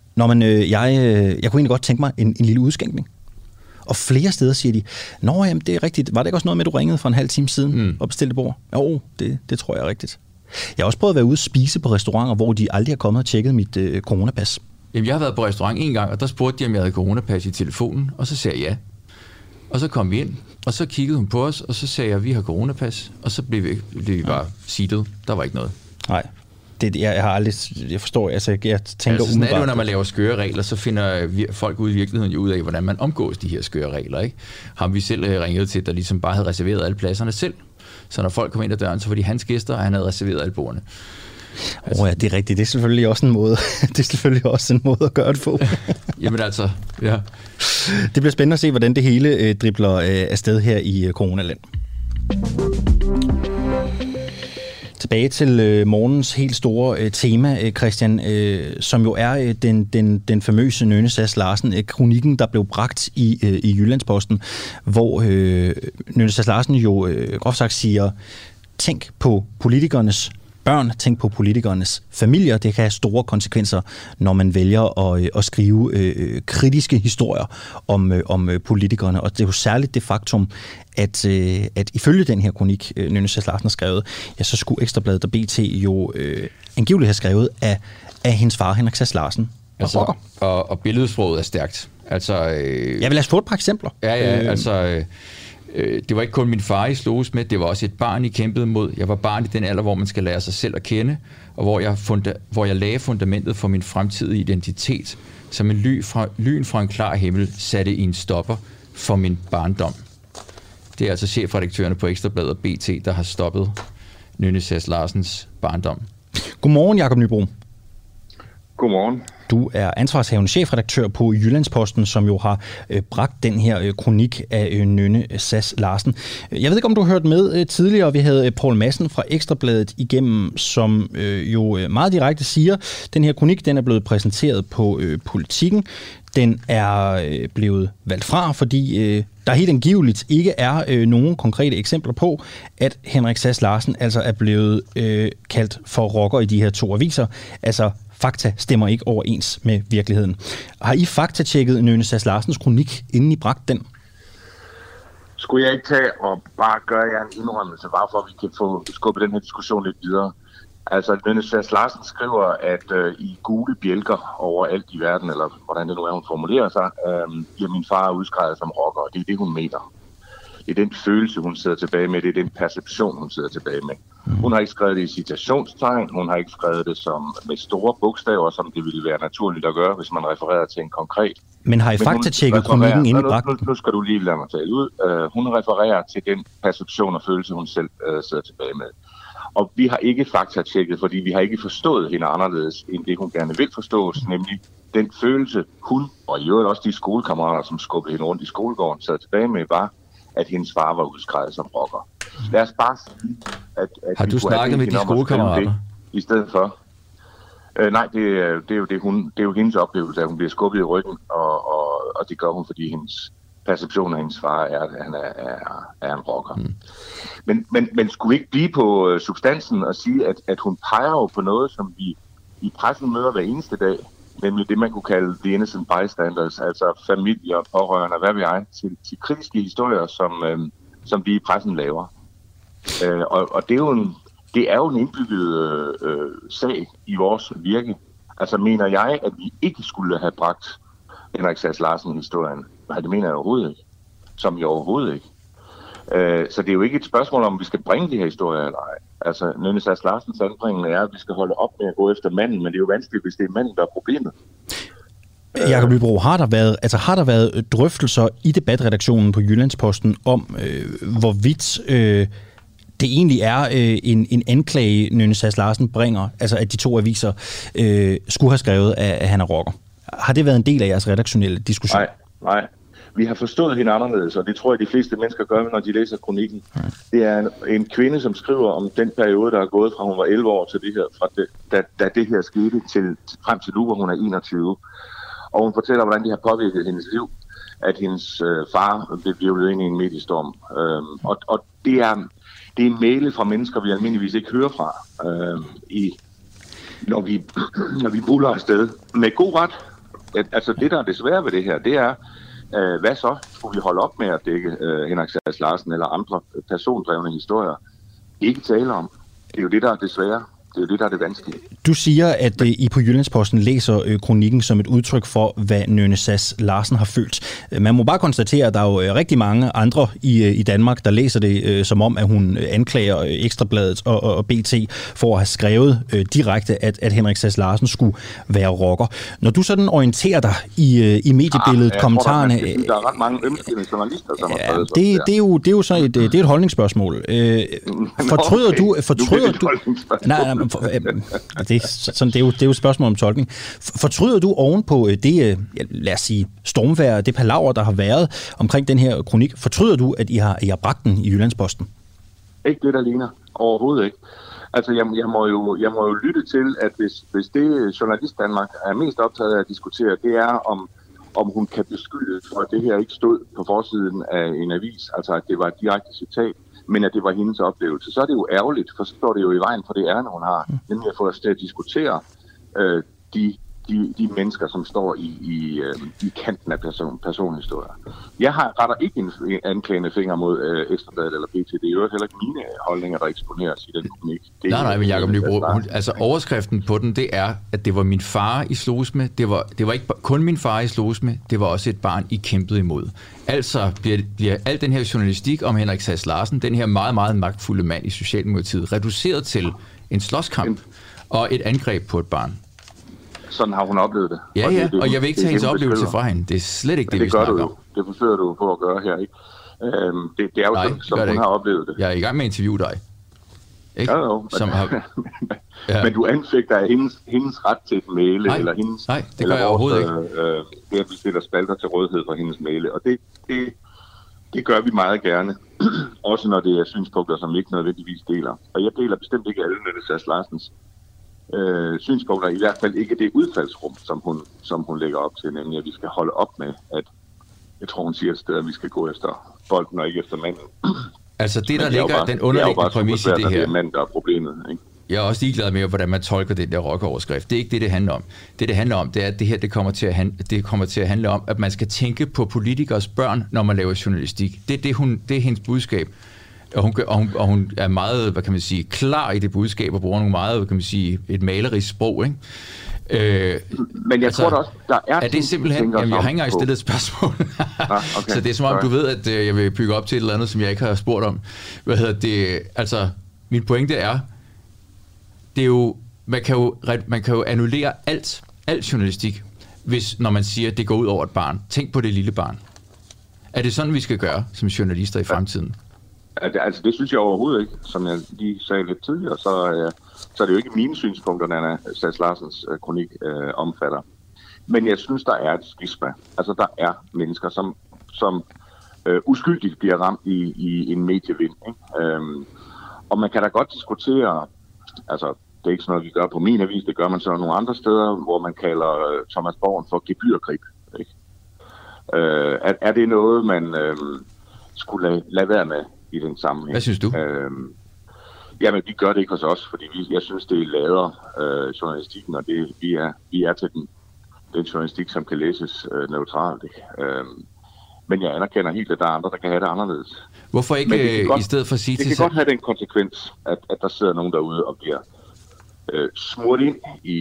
jeg kunne egentlig godt tænke mig en lille udskænkning. Og flere steder siger de, nå jamen, det er rigtigt. Var det ikke også noget med, at du ringede for en halv time siden og bestilte bord? Jo, det tror jeg er rigtigt. Jeg har også prøvet at være ude og spise på restauranter, hvor de aldrig har kommet og tjekket mit coronapas. Jamen, jeg har været på restaurant en gang, og der spurgte de, om jeg havde coronapas i telefonen, og så sagde jeg ja. Og så kom vi ind, og så kiggede hun på os, og så sagde jeg, vi har coronapas, og så blev vi bare seated. Der var ikke noget. Nej. Jeg forstår, altså jeg tænker sådan er det jo, når man laver skøre regler, så finder folk ude i virkeligheden jo ud af, hvordan man omgås de her skøre regler, ikke? Har vi selv ringet til, der ligesom bare havde reserveret alle pladserne selv. Så når folk kom ind ad døren, så var de hans gæster, og han havde reserveret alle bordene. Ja, det er rigtigt. Det er selvfølgelig også en måde at gøre det på. Jamen altså, ja. Det bliver spændende at se, hvordan det hele dribler afsted her i coronaland. Tilbage til morgens helt store tema, Christian, som jo er den famøse Nøgne Sass Larsen, kronikken, der blev bragt i Jyllandsposten, hvor Nøgne Sass Larsen jo groft sagt siger, tænk på politikernes børn, tænk på politikernes familier. Det kan have store konsekvenser, når man vælger at skrive kritiske historier om politikerne. Og det er jo særligt det faktum, at ifølge den her kronik, Nøgne Sass Larsen har skrevet, ja, så skulle Ekstrabladet og BT jo angiveligt have skrevet af hendes far, Henrik Sass Larsen. Altså, og billedsproget er stærkt. Altså, jeg vil få et par eksempler. Det var ikke kun min far, I sloges med, det var også et barn, I kæmpede mod. Jeg var barn i den alder, hvor man skal lære sig selv at kende, og hvor jeg lagde fundamentet for min fremtidige identitet, som en lyn fra en klar himmel satte i en stopper for min barndom. Det er altså chefredaktørerne på Ekstrabladet og BT, der har stoppet Nøgne Sass Larsens barndom. Godmorgen, Jakob Nybro. Godmorgen. Du er ansvarshavende chefredaktør på Jyllandsposten, som jo har bragt den her kronik af Nøgne Sass Larsen. Jeg ved ikke, om du har hørt med tidligere. Vi havde Poul Madsen fra Ekstrabladet igennem, som jo meget direkte siger, den her kronik den er blevet præsenteret på Politikken. Den er blevet valgt fra, fordi der helt angiveligt ikke er nogen konkrete eksempler på, at Henrik Sass Larsen altså er blevet kaldt for rocker i de her to aviser. Altså fakta stemmer ikke overens med virkeligheden. Har I faktatjekket Nøgne Sass Larsens kronik, inden I bragte den? Skulle jeg ikke tage og bare gøre jer en indrømmelse, bare for at vi kan få skubbet den her diskussion lidt videre? Altså, Nøgne Sass Larsen skriver, at i gule bjælker overalt i verden, eller hvordan det nu er, hun formulerer sig, bliver min far udskrevet som rocker, og det er det, hun mener. Det er den følelse, hun sidder tilbage med, det er den perception, hun sidder tilbage med. Hun har ikke skrevet det i citationstegn, hun har ikke skrevet det med store bogstaver, som det ville være naturligt at gøre, hvis man refererer til en konkret. Men har I faktatjekket kronikken inden I bragte? Nu skal du lige lade mig tale ud. Hun refererer til den perception og følelse, hun selv sidder tilbage med. Og vi har ikke faktatjekket, fordi vi har ikke forstået hende anderledes, end det hun gerne vil forstås, nemlig den følelse, hun, og i øvrigt også de skolekammerater, som skubbede hende rundt i skolegården, sad tilbage med, var, at hendes far var udskrevet som rocker. Lad os bare sige, at har du snakket med de skolekammerater? I stedet for. Nej, det er jo hendes oplevelse, at hun bliver skubbet i ryggen, og det gør hun, fordi hendes perception af hendes far er, at han er en rocker. Men skulle vi ikke blive på substansen og sige, at hun peger jo på noget, som vi i pressen møder hver eneste dag, nemlig det, man kunne kalde the innocent bystanders, altså familier, pårørende, hvad ved jeg, til kritiske historier, som vi i pressen laver. Og det er jo en indbygget sag i vores virke. Altså mener jeg, at vi ikke skulle have bragt Henrik Sass Larsen-historien. Nej, det mener jeg overhovedet ikke. Som jeg overhovedet ikke. Så det er jo ikke et spørgsmål om, vi skal bringe de her historier eller ej. Altså, Nynne Sass Larsens anbringende er, at vi skal holde op med at gå efter manden, men det er jo vanskeligt, hvis det er manden, der er problemet. Jakob Lybro, har der været drøftelser i debatredaktionen på Jyllandsposten om, hvorvidt det egentlig er en anklage, Nynne Sass Larsen bringer, altså at de to aviser skulle have skrevet, at han er rocker? Har det været en del af jeres redaktionelle diskussion? Nej. Vi har forstået hende anderledes, og det tror jeg, de fleste mennesker gør, når de læser kronikken. Det er en kvinde, som skriver om den periode, der er gået fra hun var 11 år til det her, da det her skete frem til nu, hvor hun er 21. Og hun fortæller, hvordan det har påvirket hendes liv, at hendes far blev hvirvlet ind i en mediestorm. Og det er en mail fra mennesker, vi almindeligvis ikke hører fra, når vi buller afsted. Med god ret. Altså det, der er det svære ved det her, det er, hvad så? Skulle vi holde op med at dække Henrik Sass Larsen eller andre persondrevne historier? Ikke tale om. Det er jo det, der er det svære. Det er jo det, der er det vanskelige. Du siger, at I på Jyllandsposten læser kronikken som et udtryk for, hvad Nynne Sass Larsen har følt. Man må bare konstatere, at der er jo rigtig mange andre i Danmark, der læser det som om, at hun anklager Ekstrabladet og BT for at have skrevet direkte, at Henrik Sass Larsen skulle være rocker. Når du sådan orienterer dig i mediebilledet, kommentarerne... Der er ret mange ømskende journalister, som har skrevet det er jo så et holdningsspørgsmål. Fortryder du... Det er jo et spørgsmål om tolkning. Fortryder du oven på det, lad os sige, stormvejr, det palaver, der har været omkring den her kronik, fortryder du, at I har bragt den i Jyllandsposten? Ikke det, der ligner. Overhovedet ikke. Altså, jeg må jo lytte til, at hvis det journalist Danmark er mest optaget af at diskutere, det er, om hun kan beskylde for, at det her ikke stod på forsiden af en avis, altså at det var et direkte citat, men at det var hendes oplevelse, så er det jo ærgerligt, for så står det jo i vejen for det ærende, hun har, nemlig at få os til at diskutere de mennesker, som står i kanten af personhistorier. Jeg retter ikke en anklagende finger mod Ekstrabladet eller BT. Det er jo heller ikke mine holdninger, der eksponeres i den kronik. Nej, men Jakob Lybro, altså overskriften på den, det er, at det var min far, I sloges med. Det var ikke kun min far, I sloges med. Det var også et barn, I kæmpede imod. Altså bliver al den her journalistik om Henrik Sass Larsen, den her meget, meget magtfulde mand i Socialdemokratiet, reduceret til en slåskamp og et angreb på et barn. Sådan har hun oplevet det. Ja, og jeg vil ikke tage hendes oplevelse fra hende. Det er slet ikke det, vi snakker om. Det forsøger du på at gøre her, ikke? Det er jo sådan, som hun har oplevet det. Jeg er i gang med at interviewe dig. Ikke? Men du anfægter hendes ret til et mæle, eller hendes... Nej, det gør jeg overhovedet ikke. Det, at vi stiller spalter til rådighed for hendes mæle, og det gør vi meget gerne. Også når det er synspunkter, som vi ikke nødvendigvis deler. Og jeg deler bestemt ikke alle Nynne Sass Larsens synspunkter, i hvert fald ikke det udfaldsrum, som hun lægger op til, nemlig at vi skal holde op med, at jeg tror, hun siger et sted, at vi skal gå efter bolden og ikke efter manden. Altså det, der ligger den underliggende præmis i det her. Det er manden, der er problemet, ikke? Jeg er også ligeglad med, hvordan man tolker den der rockeroverskrift. Det er ikke det handler om. Det handler om, det er, at det her det kommer til at handle om, at man skal tænke på politikers børn, når man laver journalistik. Det er hendes budskab. Og hun er meget, hvad kan man sige, klar i det budskab og bruger nogle meget, hvad kan man sige, et malerisk sprog, ikke? Men jeg tror da også, der er det simpelthen... Jamen, jeg har ikke engang stillet et spørgsmål. Okay. Så det er som om, du ved, at jeg vil bygge op til et eller andet, som jeg ikke har spurgt om. Altså, min pointe er, det er jo... Man kan jo annullere alt journalistik, når man siger, at det går ud over et barn. Tænk på det lille barn. Er det sådan, vi skal gøre som journalister i fremtiden? Altså, det synes jeg overhovedet ikke. Som jeg lige sagde lidt tidligere, så er det jo ikke mine synspunkter, Nynne Sass Larsens kronik omfatter. Men jeg synes, der er et skisma. Altså, der er mennesker, som uskyldigt bliver ramt i en medievind. Ikke? Og man kan da godt diskutere, altså, det er ikke sådan noget, vi gør på min avis, det gør man så nogle andre steder, hvor man kalder Thomas Borgen for gebyrgrib. Ikke? Er det noget, man skulle lade være med i den sammenhæng? Hvad synes du? Jamen, vi gør det ikke hos os, fordi jeg synes, det lader journalistikken, og det, vi er til den journalistik, som kan læses neutralt. Men jeg anerkender helt, at der er andre, der kan have det anderledes. Hvorfor ikke i stedet for at sige til... Det kan godt have den konsekvens, at der sidder nogen derude og bliver smurt ind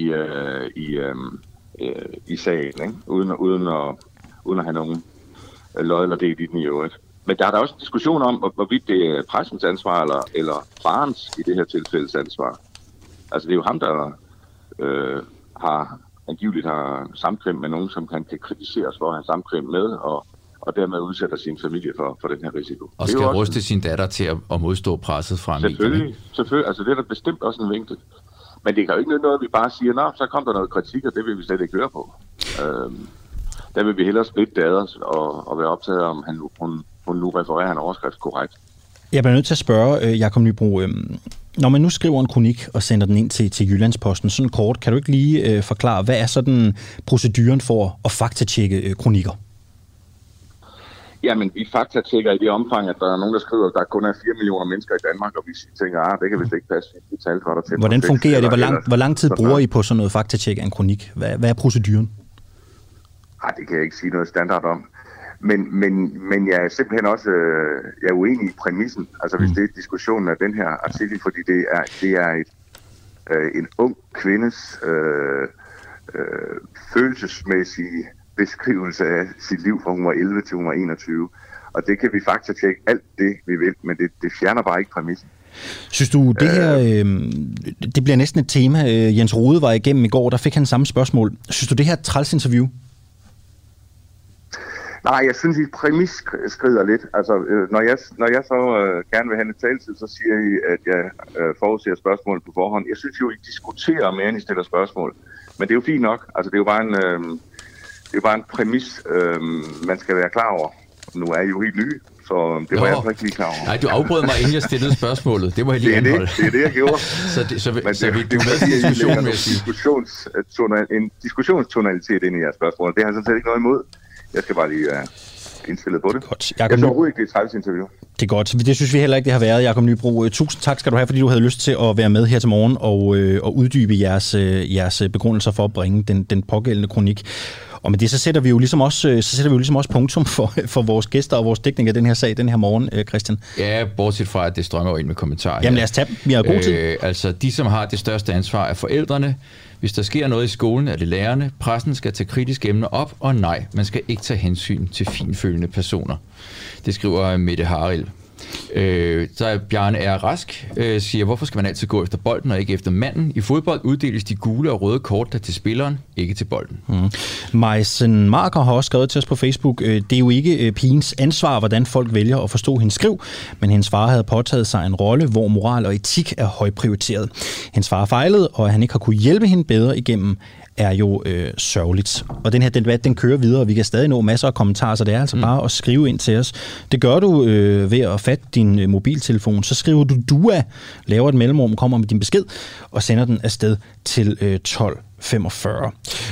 i sagen, ikke? Uden at have nogen lod eller del i den i øvrigt. Men der er der også en diskussion om, hvorvidt det er pressens ansvar eller farens i det her tilfældes ansvar. Altså det er jo ham, der angiveligt har samkvem med nogen, som kan kritiseres for at have samkvem med, og dermed udsætter sin familie for den her risiko. Og skal ruste sin datter til at modstå presset fra medierne. Selvfølgelig. Altså det er der bestemt også en vinkel. Men det kan jo ikke noget, vi bare siger, nå, så kom der noget kritik, og det vil vi slet ikke høre på. Der vil vi hellere splitte det ad os og være optaget om, hun nu refererer en overskrift korrekt. Jeg bliver nødt til at spørge, Jakob Nybro, når man nu skriver en kronik og sender den ind til Jyllandsposten, sådan kort, kan du ikke lige forklare, hvad er sådan proceduren for at faktatjekke kronikker? Jamen, vi faktatjekker i det omfang, at der er nogen, der skriver, at der kun er 4 millioner mennesker i Danmark, og vi tænker, det kan vist ikke passe, vi tal for dig til. Hvordan fungerer det? Hvor lang tid bruger I på sådan noget faktatjek af en kronik? Hvad er proceduren? Det kan jeg ikke sige noget standard om. Men jeg er simpelthen også jeg er uenig i præmissen. Altså hvis det er diskussionen af den her artikel, fordi det er en ung kvindes følelsesmæssige beskrivelse af sit liv fra hun var 11 til hun var 21. Og det kan vi faktisk tjekke alt det, vi vil, men det fjerner bare ikke præmissen. Synes du, det her det bliver næsten et tema, Jens Rode var igennem i går, der fik han samme spørgsmål. Synes du, det her er et træls interview? Nej, jeg synes, at præmis skrider lidt. Altså, når jeg så gerne vil have en taletid, så siger I, at jeg forudser spørgsmål på forhånd. Jeg synes jo, I diskuterer mere, end I stiller spørgsmål. Men det er jo fint nok. Altså, det er jo bare en præmis, man skal være klar over. Nu er I jo helt nye, så det var jeg ikke lige klar over. Nej, du afbrød mig, inden jeg stillede spørgsmålet. Det må jeg lige anholde. Det er det, jeg gjorde. så du med til diskussionen, vil jeg sige. En diskussionstonalitet ind i jeres spørgsmål. Det har jeg sådan set ikke noget imod. Jeg skal bare lige indstillet på det. Godt. Jeg tror overhovedet ikke, det er et interview. Det er godt. Det synes vi heller ikke, det har været, Jakob Nybro. Tusind tak skal du have, fordi du havde lyst til at være med her til morgen og uddybe jeres begrundelser for at bringe den pågældende kronik. Og med det, så sætter vi jo ligesom også punktum for vores gæster og vores dækning af den her sag den her morgen, Christian. Ja, bortset fra, at det strømmer ind med kommentarer. Jamen lad os tage dem. Vi har god tid. Altså, de, som har det største ansvar, er forældrene. Hvis der sker noget i skolen, er det lærerne. Pressen skal tage kritiske emner op, og nej, man skal ikke tage hensyn til finfølende personer. Det skriver Mette Harild. Så er Bjarne R. Rask siger, hvorfor skal man altid gå efter bolden og ikke efter manden? I fodbold uddeles de gule og røde kort der til spilleren, ikke til bolden. Majsen Marker har også skrevet til os på Facebook, det er jo ikke pigens ansvar, hvordan folk vælger at forstå hendes skriv, men hendes far havde påtaget sig en rolle, hvor moral og etik er højt prioriteret. Hendes far fejlede, og han ikke har kunne hjælpe hende bedre igennem er jo sørgeligt. Og den her debat, den kører videre, og vi kan stadig nå masser af kommentarer, så det er altså bare at skrive ind til os. Det gør du ved at fatte din mobiltelefon. Så skriver du DUA, laver et mellemrum, kommer med din besked, og sender den afsted til 1245.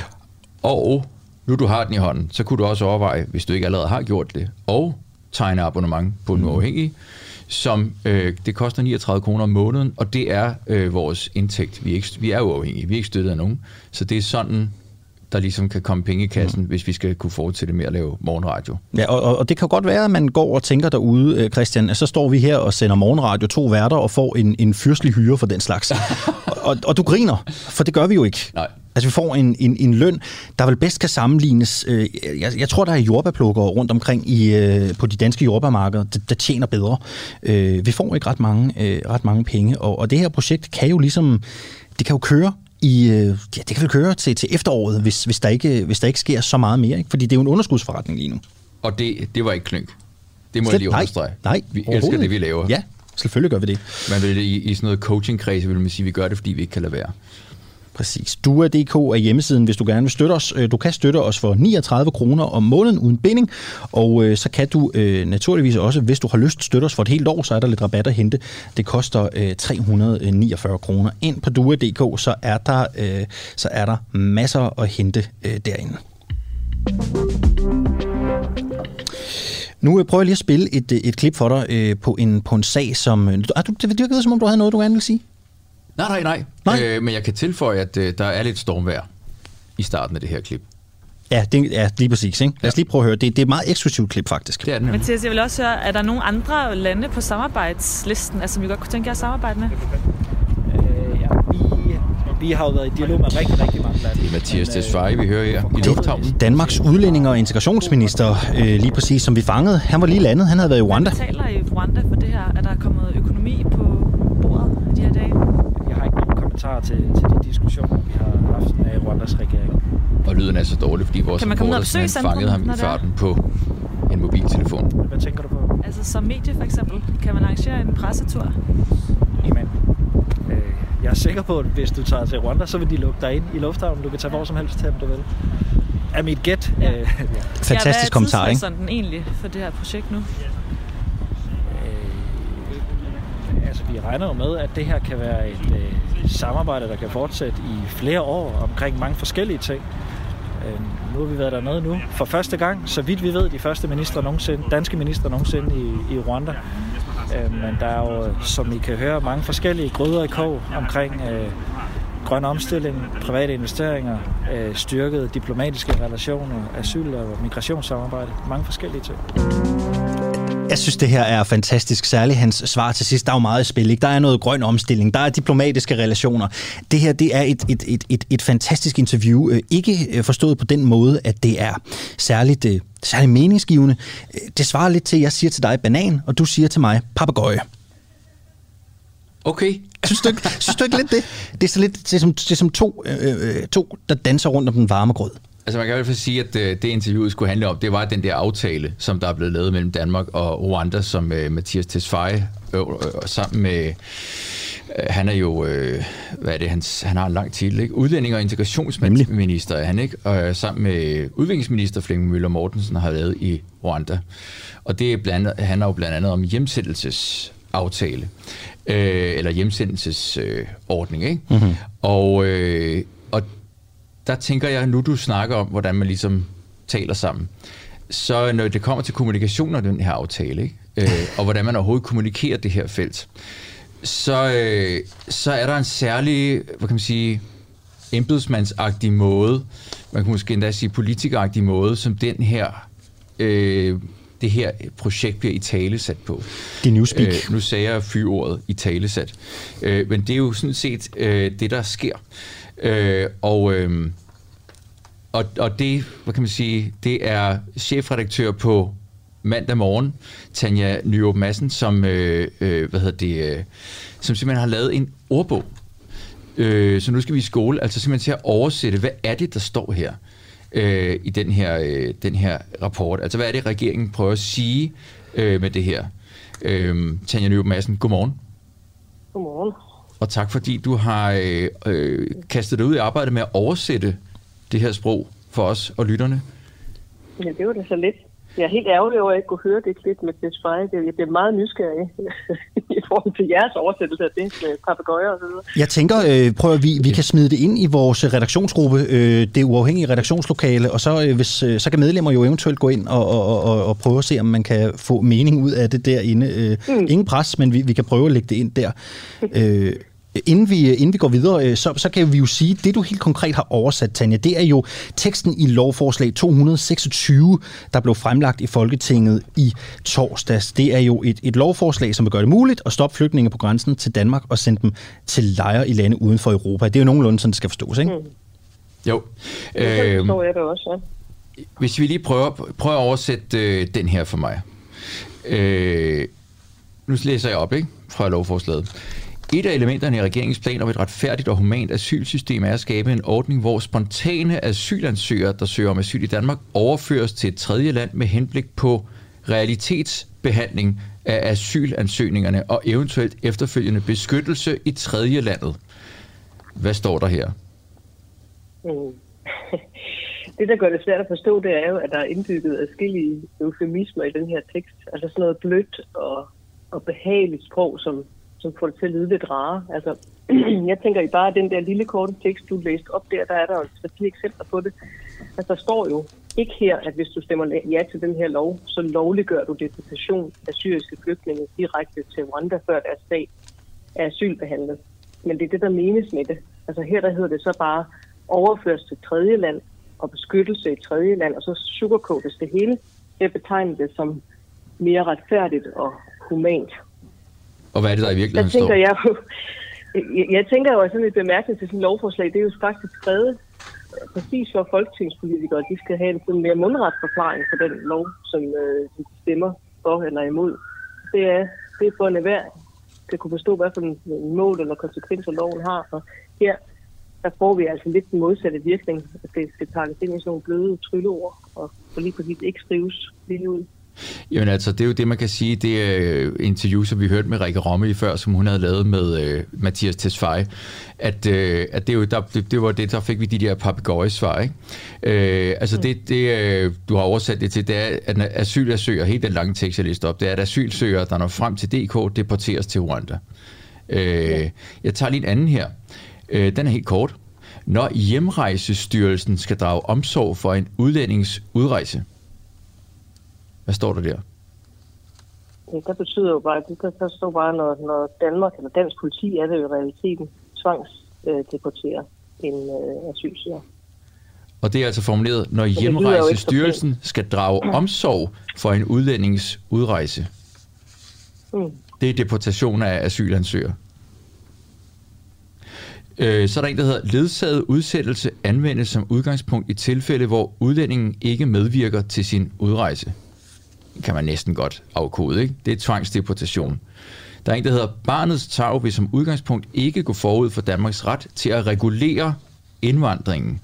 Og nu du har den i hånden, så kunne du også overveje, hvis du ikke allerede har gjort det, og tegne abonnement på Den Uafhængige, som det koster 39 kroner om måneden, og det er vores indtægt. Vi er uafhængige, vi er ikke støttet af nogen, så det er sådan, der ligesom kan komme penge i kassen, hvis vi skal kunne fortsætte med at lave morgenradio. Ja, og det kan godt være, at man går og tænker derude, Christian, så står vi her og sender morgenradio 2 værter og får en fyrstelig hyre for den slags. og du griner, for det gør vi jo ikke. Nej. Altså vi får en løn, der vel bedst kan sammenlignes. Jeg tror, der er jordbærplukkere rundt omkring på de danske jordbærmarkeder, der tjener bedre. Vi får ikke ret mange penge, og det her projekt kan jo ligesom, det kan jo køre det kan vel køre til efteråret, hvis der ikke sker så meget mere, ikke? Fordi det er jo en underskudsforretning lige nu. Og det var ikke klynk. Det må jeg lige understrege. Nej, vi elsker det, vi laver. Ja, selvfølgelig gør vi det. Man vil i sådan noget coaching-kreds, vil man sige, at vi gør det, fordi vi ikke kan lade være. Præcis. DUA.dk er hjemmesiden, hvis du gerne vil støtte os. Du kan støtte os for 39 kroner om måneden uden binding, og så kan du naturligvis også, hvis du har lyst, støtte os for et helt år, så er der lidt rabat at hente. Det koster 349 kroner. Ind på DUA.dk, så er der masser at hente derinde. Nu prøver jeg lige at spille et klip for dig på en sag, som... Det virkede som om, du havde noget, du gerne vil sige. Nej. Men jeg kan tilføje, at der er lidt stormvejr i starten af det her klip. Ja, det er lige præcis. Ikke? Lad os lige prøve at høre. Det er et meget eksklusivt klip, faktisk. Det er den. Mathias, jeg vil også høre, er der nogle andre lande på samarbejdslisten, altså, som vi godt kunne tænke jer at samarbejde med? Vi har jo været i dialog med rigtig mange lande. Det er Mattias Tesfaye, vi hører her i lufthavnen. Danmarks udlændinge- og integrationsminister, lige præcis som vi fangede. Han var lige landet. Han havde været i Rwanda. Hvad taler i Rwanda for det her? Er der kommet økonomi på bordet de her dage? Jeg har ikke nogen kommentarer til de diskussioner, vi har haft med Rwandas regering. Og lyden er så dårlig, fordi vores reporter fangede ham i farten på en mobiltelefon. Hvad tænker du på? Altså som medie for eksempel. Kan man arrangere en pressetur? Jamen, jeg er sikker på, at hvis du tager til Rwanda, så vil de lukke dig ind i lufthavnen. Du kan tage hvor som helst til, om du vil. Er mit gæt. Ja. Fantastisk kommentar, ikke? Hvad er tidshorisonten egentlig for det her projekt nu? Altså, vi regner jo med, at det her kan være et samarbejde, der kan fortsætte i flere år omkring mange forskellige ting. Nu har vi været dernede nu for første gang, så vidt vi ved, de første danske ministre nogensinde i Rwanda. Men der er jo, som I kan høre, mange forskellige gryder i kog omkring grøn omstilling, private investeringer, styrkede diplomatiske relationer, asyl- og migrationssamarbejde. Mange forskellige ting. Jeg synes, det her er fantastisk. Særligt hans svar til sidst. Der er jo meget i spil, ikke? Der er noget grøn omstilling. Der er diplomatiske relationer. Det her, det er et fantastisk interview. Ikke forstået på den måde, at det er særligt meningsgivende. Det svarer lidt til, at jeg siger til dig banan, og du siger til mig papegøje. Okay. Synes du ikke lidt det? Det er så lidt det er som to, der danser rundt om den varme grød. Altså man kan i hvert fald sige, at det interviewet skulle handle om, det var den der aftale, som der er blevet lavet mellem Danmark og Rwanda, som Mattias Tesfaye sammen med, han er jo, han har en lang titel, ikke? Udlændinge- og integrationsminister er han, ikke? Og sammen med udviklingsminister Flemming Møller Mortensen har lavet i Rwanda. Og det handler jo blandt andet om hjemsendelsesaftale, eller hjemsendelsesordning, ikke? Mm-hmm. Og der tænker jeg, nu du snakker om, hvordan man ligesom taler sammen, så når det kommer til kommunikation af den her aftale, ikke? Og hvordan man overhovedet kommunikerer det her felt, så er der en særlig, hvad kan man sige, embedsmandsagtig måde, man kan måske endda sige politikeragtig måde, som den her, det her projekt bliver italesat på. Det er newspeak. Nu sagde jeg fyrordet italesat. Men det er jo sådan set det, der sker. Og det, hvad kan man sige, det er chefredaktør på Mandag Morgen, Tanja Nyrup Madsen, som simpelthen har lavet en ordbog. Så nu skal vi i skole, altså simpelthen til at oversætte, hvad er det, der står her i den her rapport. Altså hvad er det, regeringen prøver at sige med det her. Tanja Nyrup Madsen, godmorgen. Godmorgen. Og tak fordi du har kastet dig ud i arbejdet med at oversætte det her sprog for os og lytterne. Ja, det var det så lidt. Jeg er helt ærgerlig over, at jeg ikke kunne høre det klip med Tesfaye. Jeg bliver meget nysgerrig i forhold til jeres oversættelse af det med papegøjer og så videre. Jeg tænker, prøv at vi kan smide det ind i vores redaktionsgruppe, det uafhængige redaktionslokale, og så kan medlemmer jo eventuelt gå ind og prøve at se, om man kan få mening ud af det derinde. Ingen pres, men vi kan prøve at lægge det ind der. Inden vi går videre, så kan vi jo sige, at det du helt konkret har oversat, Tanja, det er jo teksten i lovforslag 226, der blev fremlagt i Folketinget i torsdags. Det er jo et lovforslag, som vil gøre det muligt at stoppe flygtninge på grænsen til Danmark og sende dem til lejre i lande uden for Europa. Det er jo nogenlunde sådan, det skal forstås, ikke? Jo. Det forstår jeg det også, ja. Hvis vi lige prøver at oversætte den her for mig. Nu læser jeg op, ikke? Fra lovforslaget. Et af elementerne i regeringens plan om et retfærdigt og humant asylsystem er at skabe en ordning, hvor spontane asylansøgere, der søger om asyl i Danmark, overføres til et tredje land med henblik på realitetsbehandling af asylansøgningerne og eventuelt efterfølgende beskyttelse i tredje landet. Hvad står der her? Det, der gør det svært at forstå, det er jo, at der er indbygget adskillige eufemismer i den her tekst. Altså sådan noget blødt og behageligt sprog, som får det til at lyde lidt rare. Altså, jeg tænker i bare den der lille korte tekst, du læste op der er der jo 4 eksempler på det. Altså, der står jo ikke her, at hvis du stemmer ja til den her lov, så lovliggør du deportation af syriske flygtninge direkte til Rwanda, før deres sag er asylbehandlet. Men det er det, der menes med det. Altså her, der hedder det så bare overføres til tredje land og beskyttelse i tredje land, og så sugarcoates det hele. Jeg betegner det som mere retfærdigt og humant. Og hvad er det, der i virkeligheden står? Jeg tænker jo, at sådan et bemærkning til sådan et lovforslag, det er jo faktisk skrevet præcis for folketingspolitikere, de skal have en sådan mere mundret forklaring for den lov, som de stemmer for eller imod. Det er for enhver kan kunne forstå, hvad for en mål eller konsekvenser loven har. Og her, der får vi altså lidt den modsatte virkning. Det tager lidt ind i sådan nogle bløde trylleord, og for lige præcis ikke skrives lige ud. Jamen altså, det er jo det, man kan sige, det interview, som vi hørte med Rikke Romme i før, som hun havde lavet med Mathias Tesfaye, at det var det, der fik vi de der papegøjesvar, ikke? Altså det, du har oversat det til, det er, at asylansøgere, helt den lange tekst, jeg læste op, det er, at asylsøgere, der når frem til DK, deporteres til Rwanda. Jeg tager lige en anden her. Den er helt kort. Når Hjemrejsestyrelsen skal drage omsorg for en udlændings udrejse. Hvad står der der? Det betyder jo bare, der står bare, når Danmark eller dansk politi er det jo i realiteten tvangsdeporterer en asylsøger. Og det er altså formuleret, når Hjemrejsestyrelsen skal drage omsorg for en udlændings udrejse. Det er deportation af asylansøgere. Så er der en, der hedder, ledsaget udsættelse anvendes som udgangspunkt i tilfælde, hvor udlændingen ikke medvirker til sin udrejse. Det kan man næsten godt afkode, ikke? Det er tvangsdeportation. Der er en, der hedder, barnets tarv vil som udgangspunkt ikke gå forud for Danmarks ret til at regulere indvandringen.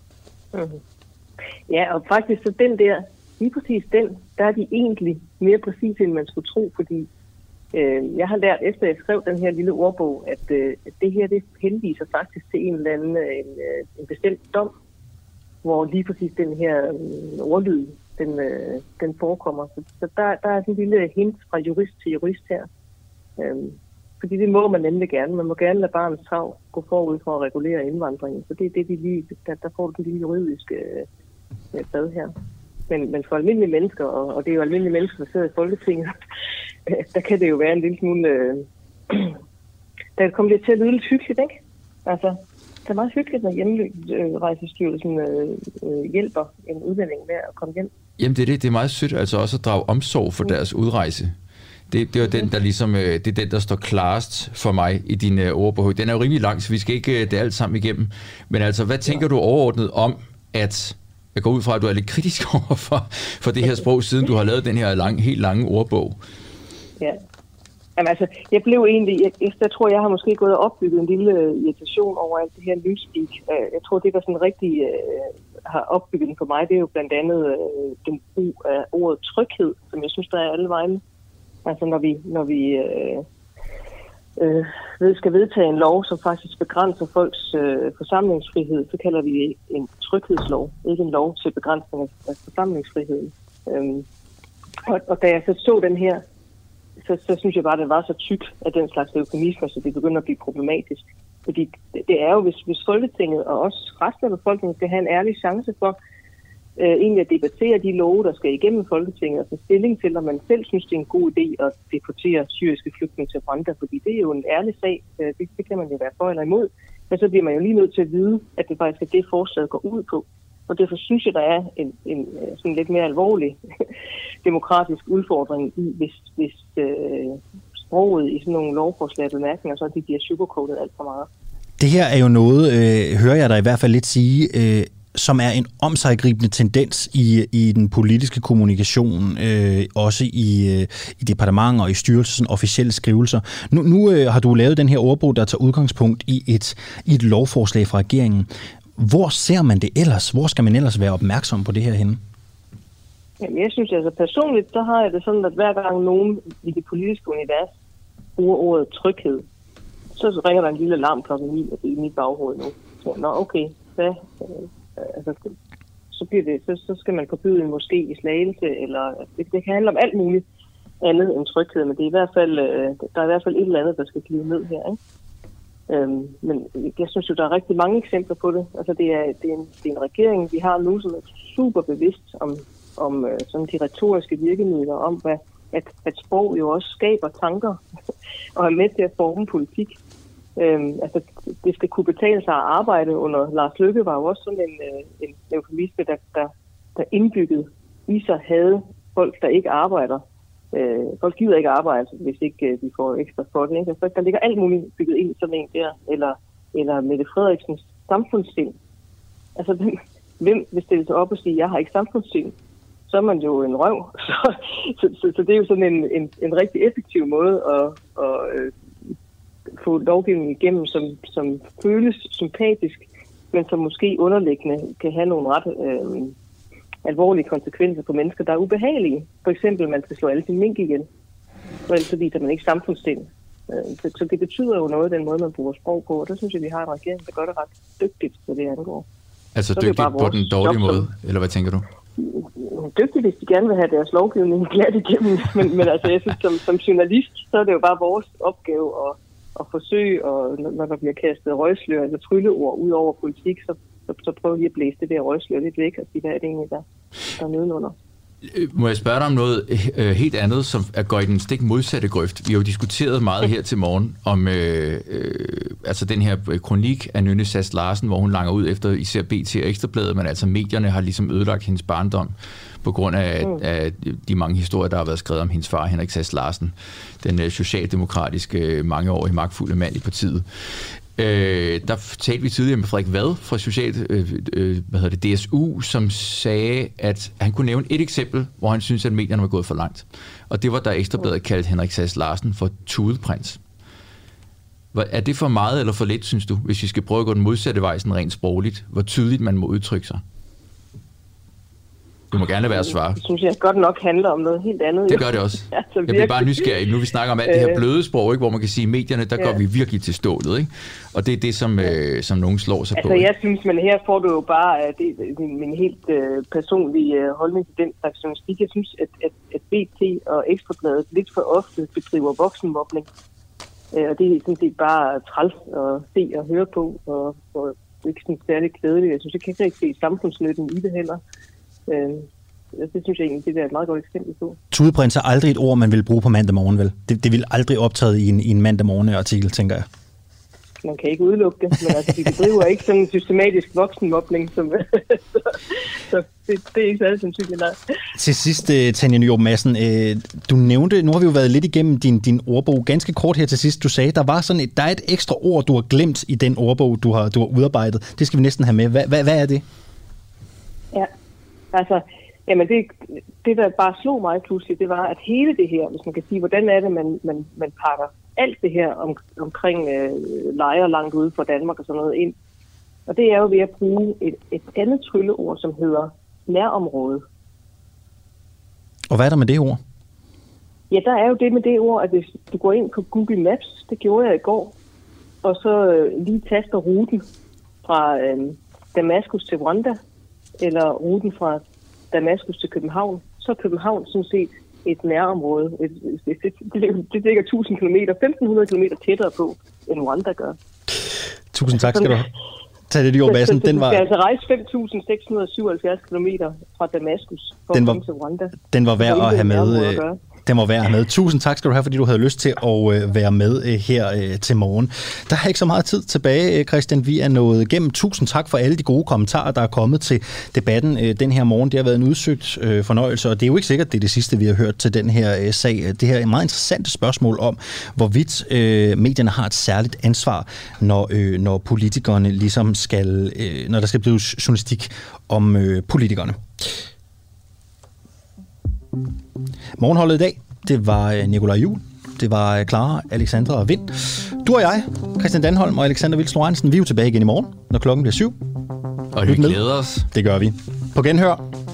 Ja, og faktisk så den der, lige præcis den, der er de egentlig mere præcise, end man skulle tro, fordi jeg har lært, efter jeg skrev den her lille ordbog, at det her, det henviser faktisk til en eller anden en bestemt dom, hvor lige præcis den her ordlyd, den forekommer. Så der er sådan en lille hint fra jurist til jurist her. Fordi det må man nemlig gerne. Man må gerne lade barnets tarv gå forud for at regulere indvandringen. Så det er det, de lige, der får den lille juridiske bad her. Men for almindelige mennesker, og det er jo almindelige mennesker, der sidder i Folketinget, der kan det jo være en lille smule... der kommer lidt til at lyde lidt hyggeligt, ikke? Altså, det er meget hyggeligt, når Hjemrejsestyrelsen hjælper en udlænding med at komme hjem. Jamen det er meget sødt, altså også at drage omsorg for deres udrejse. Det er jo den, der ligesom, det er den, der står klarest for mig i din ordbog. Den er jo rimelig lang, så vi skal ikke det alt sammen igennem. Men altså, hvad tænker du overordnet om, at jeg går ud fra, at du er lidt kritisk over for det her sprog, siden du har lavet den her helt lange ordbog? Ja. Jamen altså, jeg blev egentlig, jeg tror, jeg har måske gået og opbygget en lille irritation over alt det her newspeak. Jeg tror, det der sådan rigtig har opbygget den for mig, det er jo blandt andet den brug af ordet tryghed, som jeg synes, der er alle vegne. Altså, når vi skal vedtage en lov, som faktisk begrænser folks forsamlingsfrihed, så kalder vi det en tryghedslov, ikke en lov til begrænsning af forsamlingsfriheden. Og da jeg så den her, så synes jeg bare, at den var så tyk af den slags eufemismer, så det begynder at blive problematisk. Fordi det er jo, hvis Folketinget og også resten af befolkningen skal have en ærlig chance for egentlig at debattere de love, der skal igennem Folketinget, og tage stilling til, om man selv synes, det er en god idé at deportere syriske flygtninge til Rwanda, fordi det er jo en ærlig sag. Det kan man jo være for eller imod. Men så bliver man jo lige nødt til at vide, at det faktisk er det, forslaget går ud på. Og derfor synes jeg, der er en sådan lidt mere alvorlig demokratisk udfordring i, hvis sproget i sådan nogle lovforslag og bemærkninger, så de bliver sugarcoated alt for meget. Det her er jo noget, hører jeg dig i hvert fald lidt sige, som er en omsiggribende tendens i den politiske kommunikation, også i departementer og i styrelsen officielle skrivelser. Nu har du lavet den her ordbog, der tager udgangspunkt i et lovforslag fra regeringen. Hvor ser man det ellers? Hvor skal man ellers være opmærksom på det her henne? Jamen, jeg synes altså personligt, så har jeg det sådan, at hver gang nogen i det politiske univers bruger ordet tryghed, så ringer der en lille alarmklokke i mit baghoved nu. Så, okay, så bliver det, så skal man forbyde en moské i Slagelse, eller det kan handle om alt muligt andet end tryghed, men det er i hvert fald, der er i hvert fald et eller andet, der skal glide ned her, ikke? Men jeg synes jo, der er rigtig mange eksempler på det. Altså det er en regering, vi har nu, som er super bevidst om sådan de retoriske virkemidler, om at sprog jo også skaber tanker og er med til at forme politik. Altså det skal kunne betale sig at arbejde under Lars Løkke, var jo også sådan en eufemisme, der indbygget i sig havde folk, der ikke arbejder. Folk gider ikke arbejde, hvis ikke de får ekstra for det. Ikke? Så der ligger alt muligt bygget ind i sådan en der, eller Mette Frederiksens samfundssind. Altså, hvem vil stille sig op og sige, jeg har ikke samfundssind? Så er man jo en røv. Så det er jo sådan en rigtig effektiv måde at få lovgivningen igennem, som føles sympatisk, men som måske underliggende kan have nogle ret alvorlige konsekvenser for mennesker, der er ubehagelige. For eksempel, at man skal slå alle sine mink igen, og ellers så viser man ikke samfundssind. Så det betyder jo noget, den måde, man bruger sprog på, og der synes jeg, vi har en regering, der gør det ret dygtigt, hvad det angår. Altså så dygtigt på den dårlige måde, eller hvad tænker du? Dygtigt, hvis de gerne vil have deres lovgivning glat igennem, men altså, jeg synes, som journalist, så er det jo bare vores opgave at forsøge, og når der bliver kastet røgslør, altså trylleord ud over politik, så prøv lige at blæse det der røgslør lidt væk, og sige, hvad er det egentlig, der er nedenunder. Må jeg spørge dig om noget helt andet, som går i den stik modsatte grøft? Vi har jo diskuteret meget her til morgen om altså den her kronik af Nynne Sass Larsen, hvor hun langer ud efter især BT og Ekstrabladet, men altså medierne har ligesom ødelagt hendes barndom på grund af de mange historier, der har været skrevet om hendes far, Henrik Sass Larsen, den socialdemokratiske mangeårige magtfulde mand i partiet. Der talte vi tidligere med Frederik Vad fra DSU, som sagde, at han kunne nævne et eksempel, hvor han synes, at medierne var gået for langt. Og det var, da Ekstrabladet kaldte Henrik Sass Larsen for tudeprins. Er det for meget eller for lidt, synes du, hvis vi skal prøve at gå den modsatte vej sådan rent sprogligt? Hvor tydeligt man må udtrykke sig? Du må gerne være at svare. Det synes jeg godt nok handler om noget helt andet. Det gør det også. Jeg bliver bare nysgerrig. Nu vi snakker om alt det her bløde sprog, ikke, hvor man kan sige, at medierne, der går vi virkelig til stålet. Ikke? Og det er det, som nogen slår sig på. Altså jeg synes, men her får du jo bare min helt personlige holdning til den slags journalistik. Jeg synes, at BT og Ekstrabladet lidt for ofte bedriver voksenmobning. Og det er sådan set bare træls at se og høre på, og ikke sådan særlig klædeligt. Jeg synes, jeg kan ikke rigtig se samfundsnytten i det heller. Det synes jeg egentlig, det er et meget godt eksempel på. Tudeprins er aldrig et ord, man vil bruge på mandag morgen, vel? Det vil aldrig optræde i en mandag morgen-artikel, tænker jeg. Man kan ikke udelukke det, men altså, de bedriver ikke sådan en systematisk voksenmobning, så det er ikke særlig sandsynligt, nej. Til sidst, Tanja Nyrup Madsen, du nævnte, nu har vi jo været lidt igennem din ordbog, ganske kort her til sidst, du sagde, der er et ekstra ord, du har glemt i den ordbog, du har udarbejdet. Det skal vi næsten have med. Hvad er det? Ja, altså, jamen det der bare slog mig pludselig, det var, at hele det her, hvis man kan sige, hvordan er det, man pakker alt det her omkring lejre langt ude for Danmark og sådan noget ind. Og det er jo ved at bruge et andet trylleord, som hedder nærområde. Og hvad er der med det ord? Ja, der er jo det med det ord, at hvis du går ind på Google Maps, det gjorde jeg i går, og så lige taster ruten fra Damaskus til Rwanda, eller ruten fra Damaskus til København, så er København sådan set et nærområde. Det ligger 1000 km, 1500 km tættere på, end Rwanda gør. Tusind tak skal du have. Tanja Nyrup Madsen, den var... Du skal altså rejse 5.677 km fra Damaskus for at komme til Rwanda. Den var værd at have med. Den var værd at have med. Tusind tak skal du have, fordi du havde lyst til at være med her til morgen. Der er ikke så meget tid tilbage, Christian. Vi er nået igennem. Tusind tak for alle de gode kommentarer, der er kommet til debatten den her morgen. Det har været en udsøgt fornøjelse, og det er jo ikke sikkert, det er det sidste, vi har hørt til den her sag. Det her er et meget interessant spørgsmål om, hvorvidt medierne har et særligt ansvar, når politikerne ligesom skal, når der skal blive journalistik om politikerne. Morgenholdet i dag, det var Nikolaj Juhl, det var Clara, Alexandra og Vind. Du og jeg, Christian Danholm og Alexander Vils Lorentzen, vi er jo tilbage igen i morgen, når klokken bliver 7. Og vi glæder os. Det gør vi. På genhør.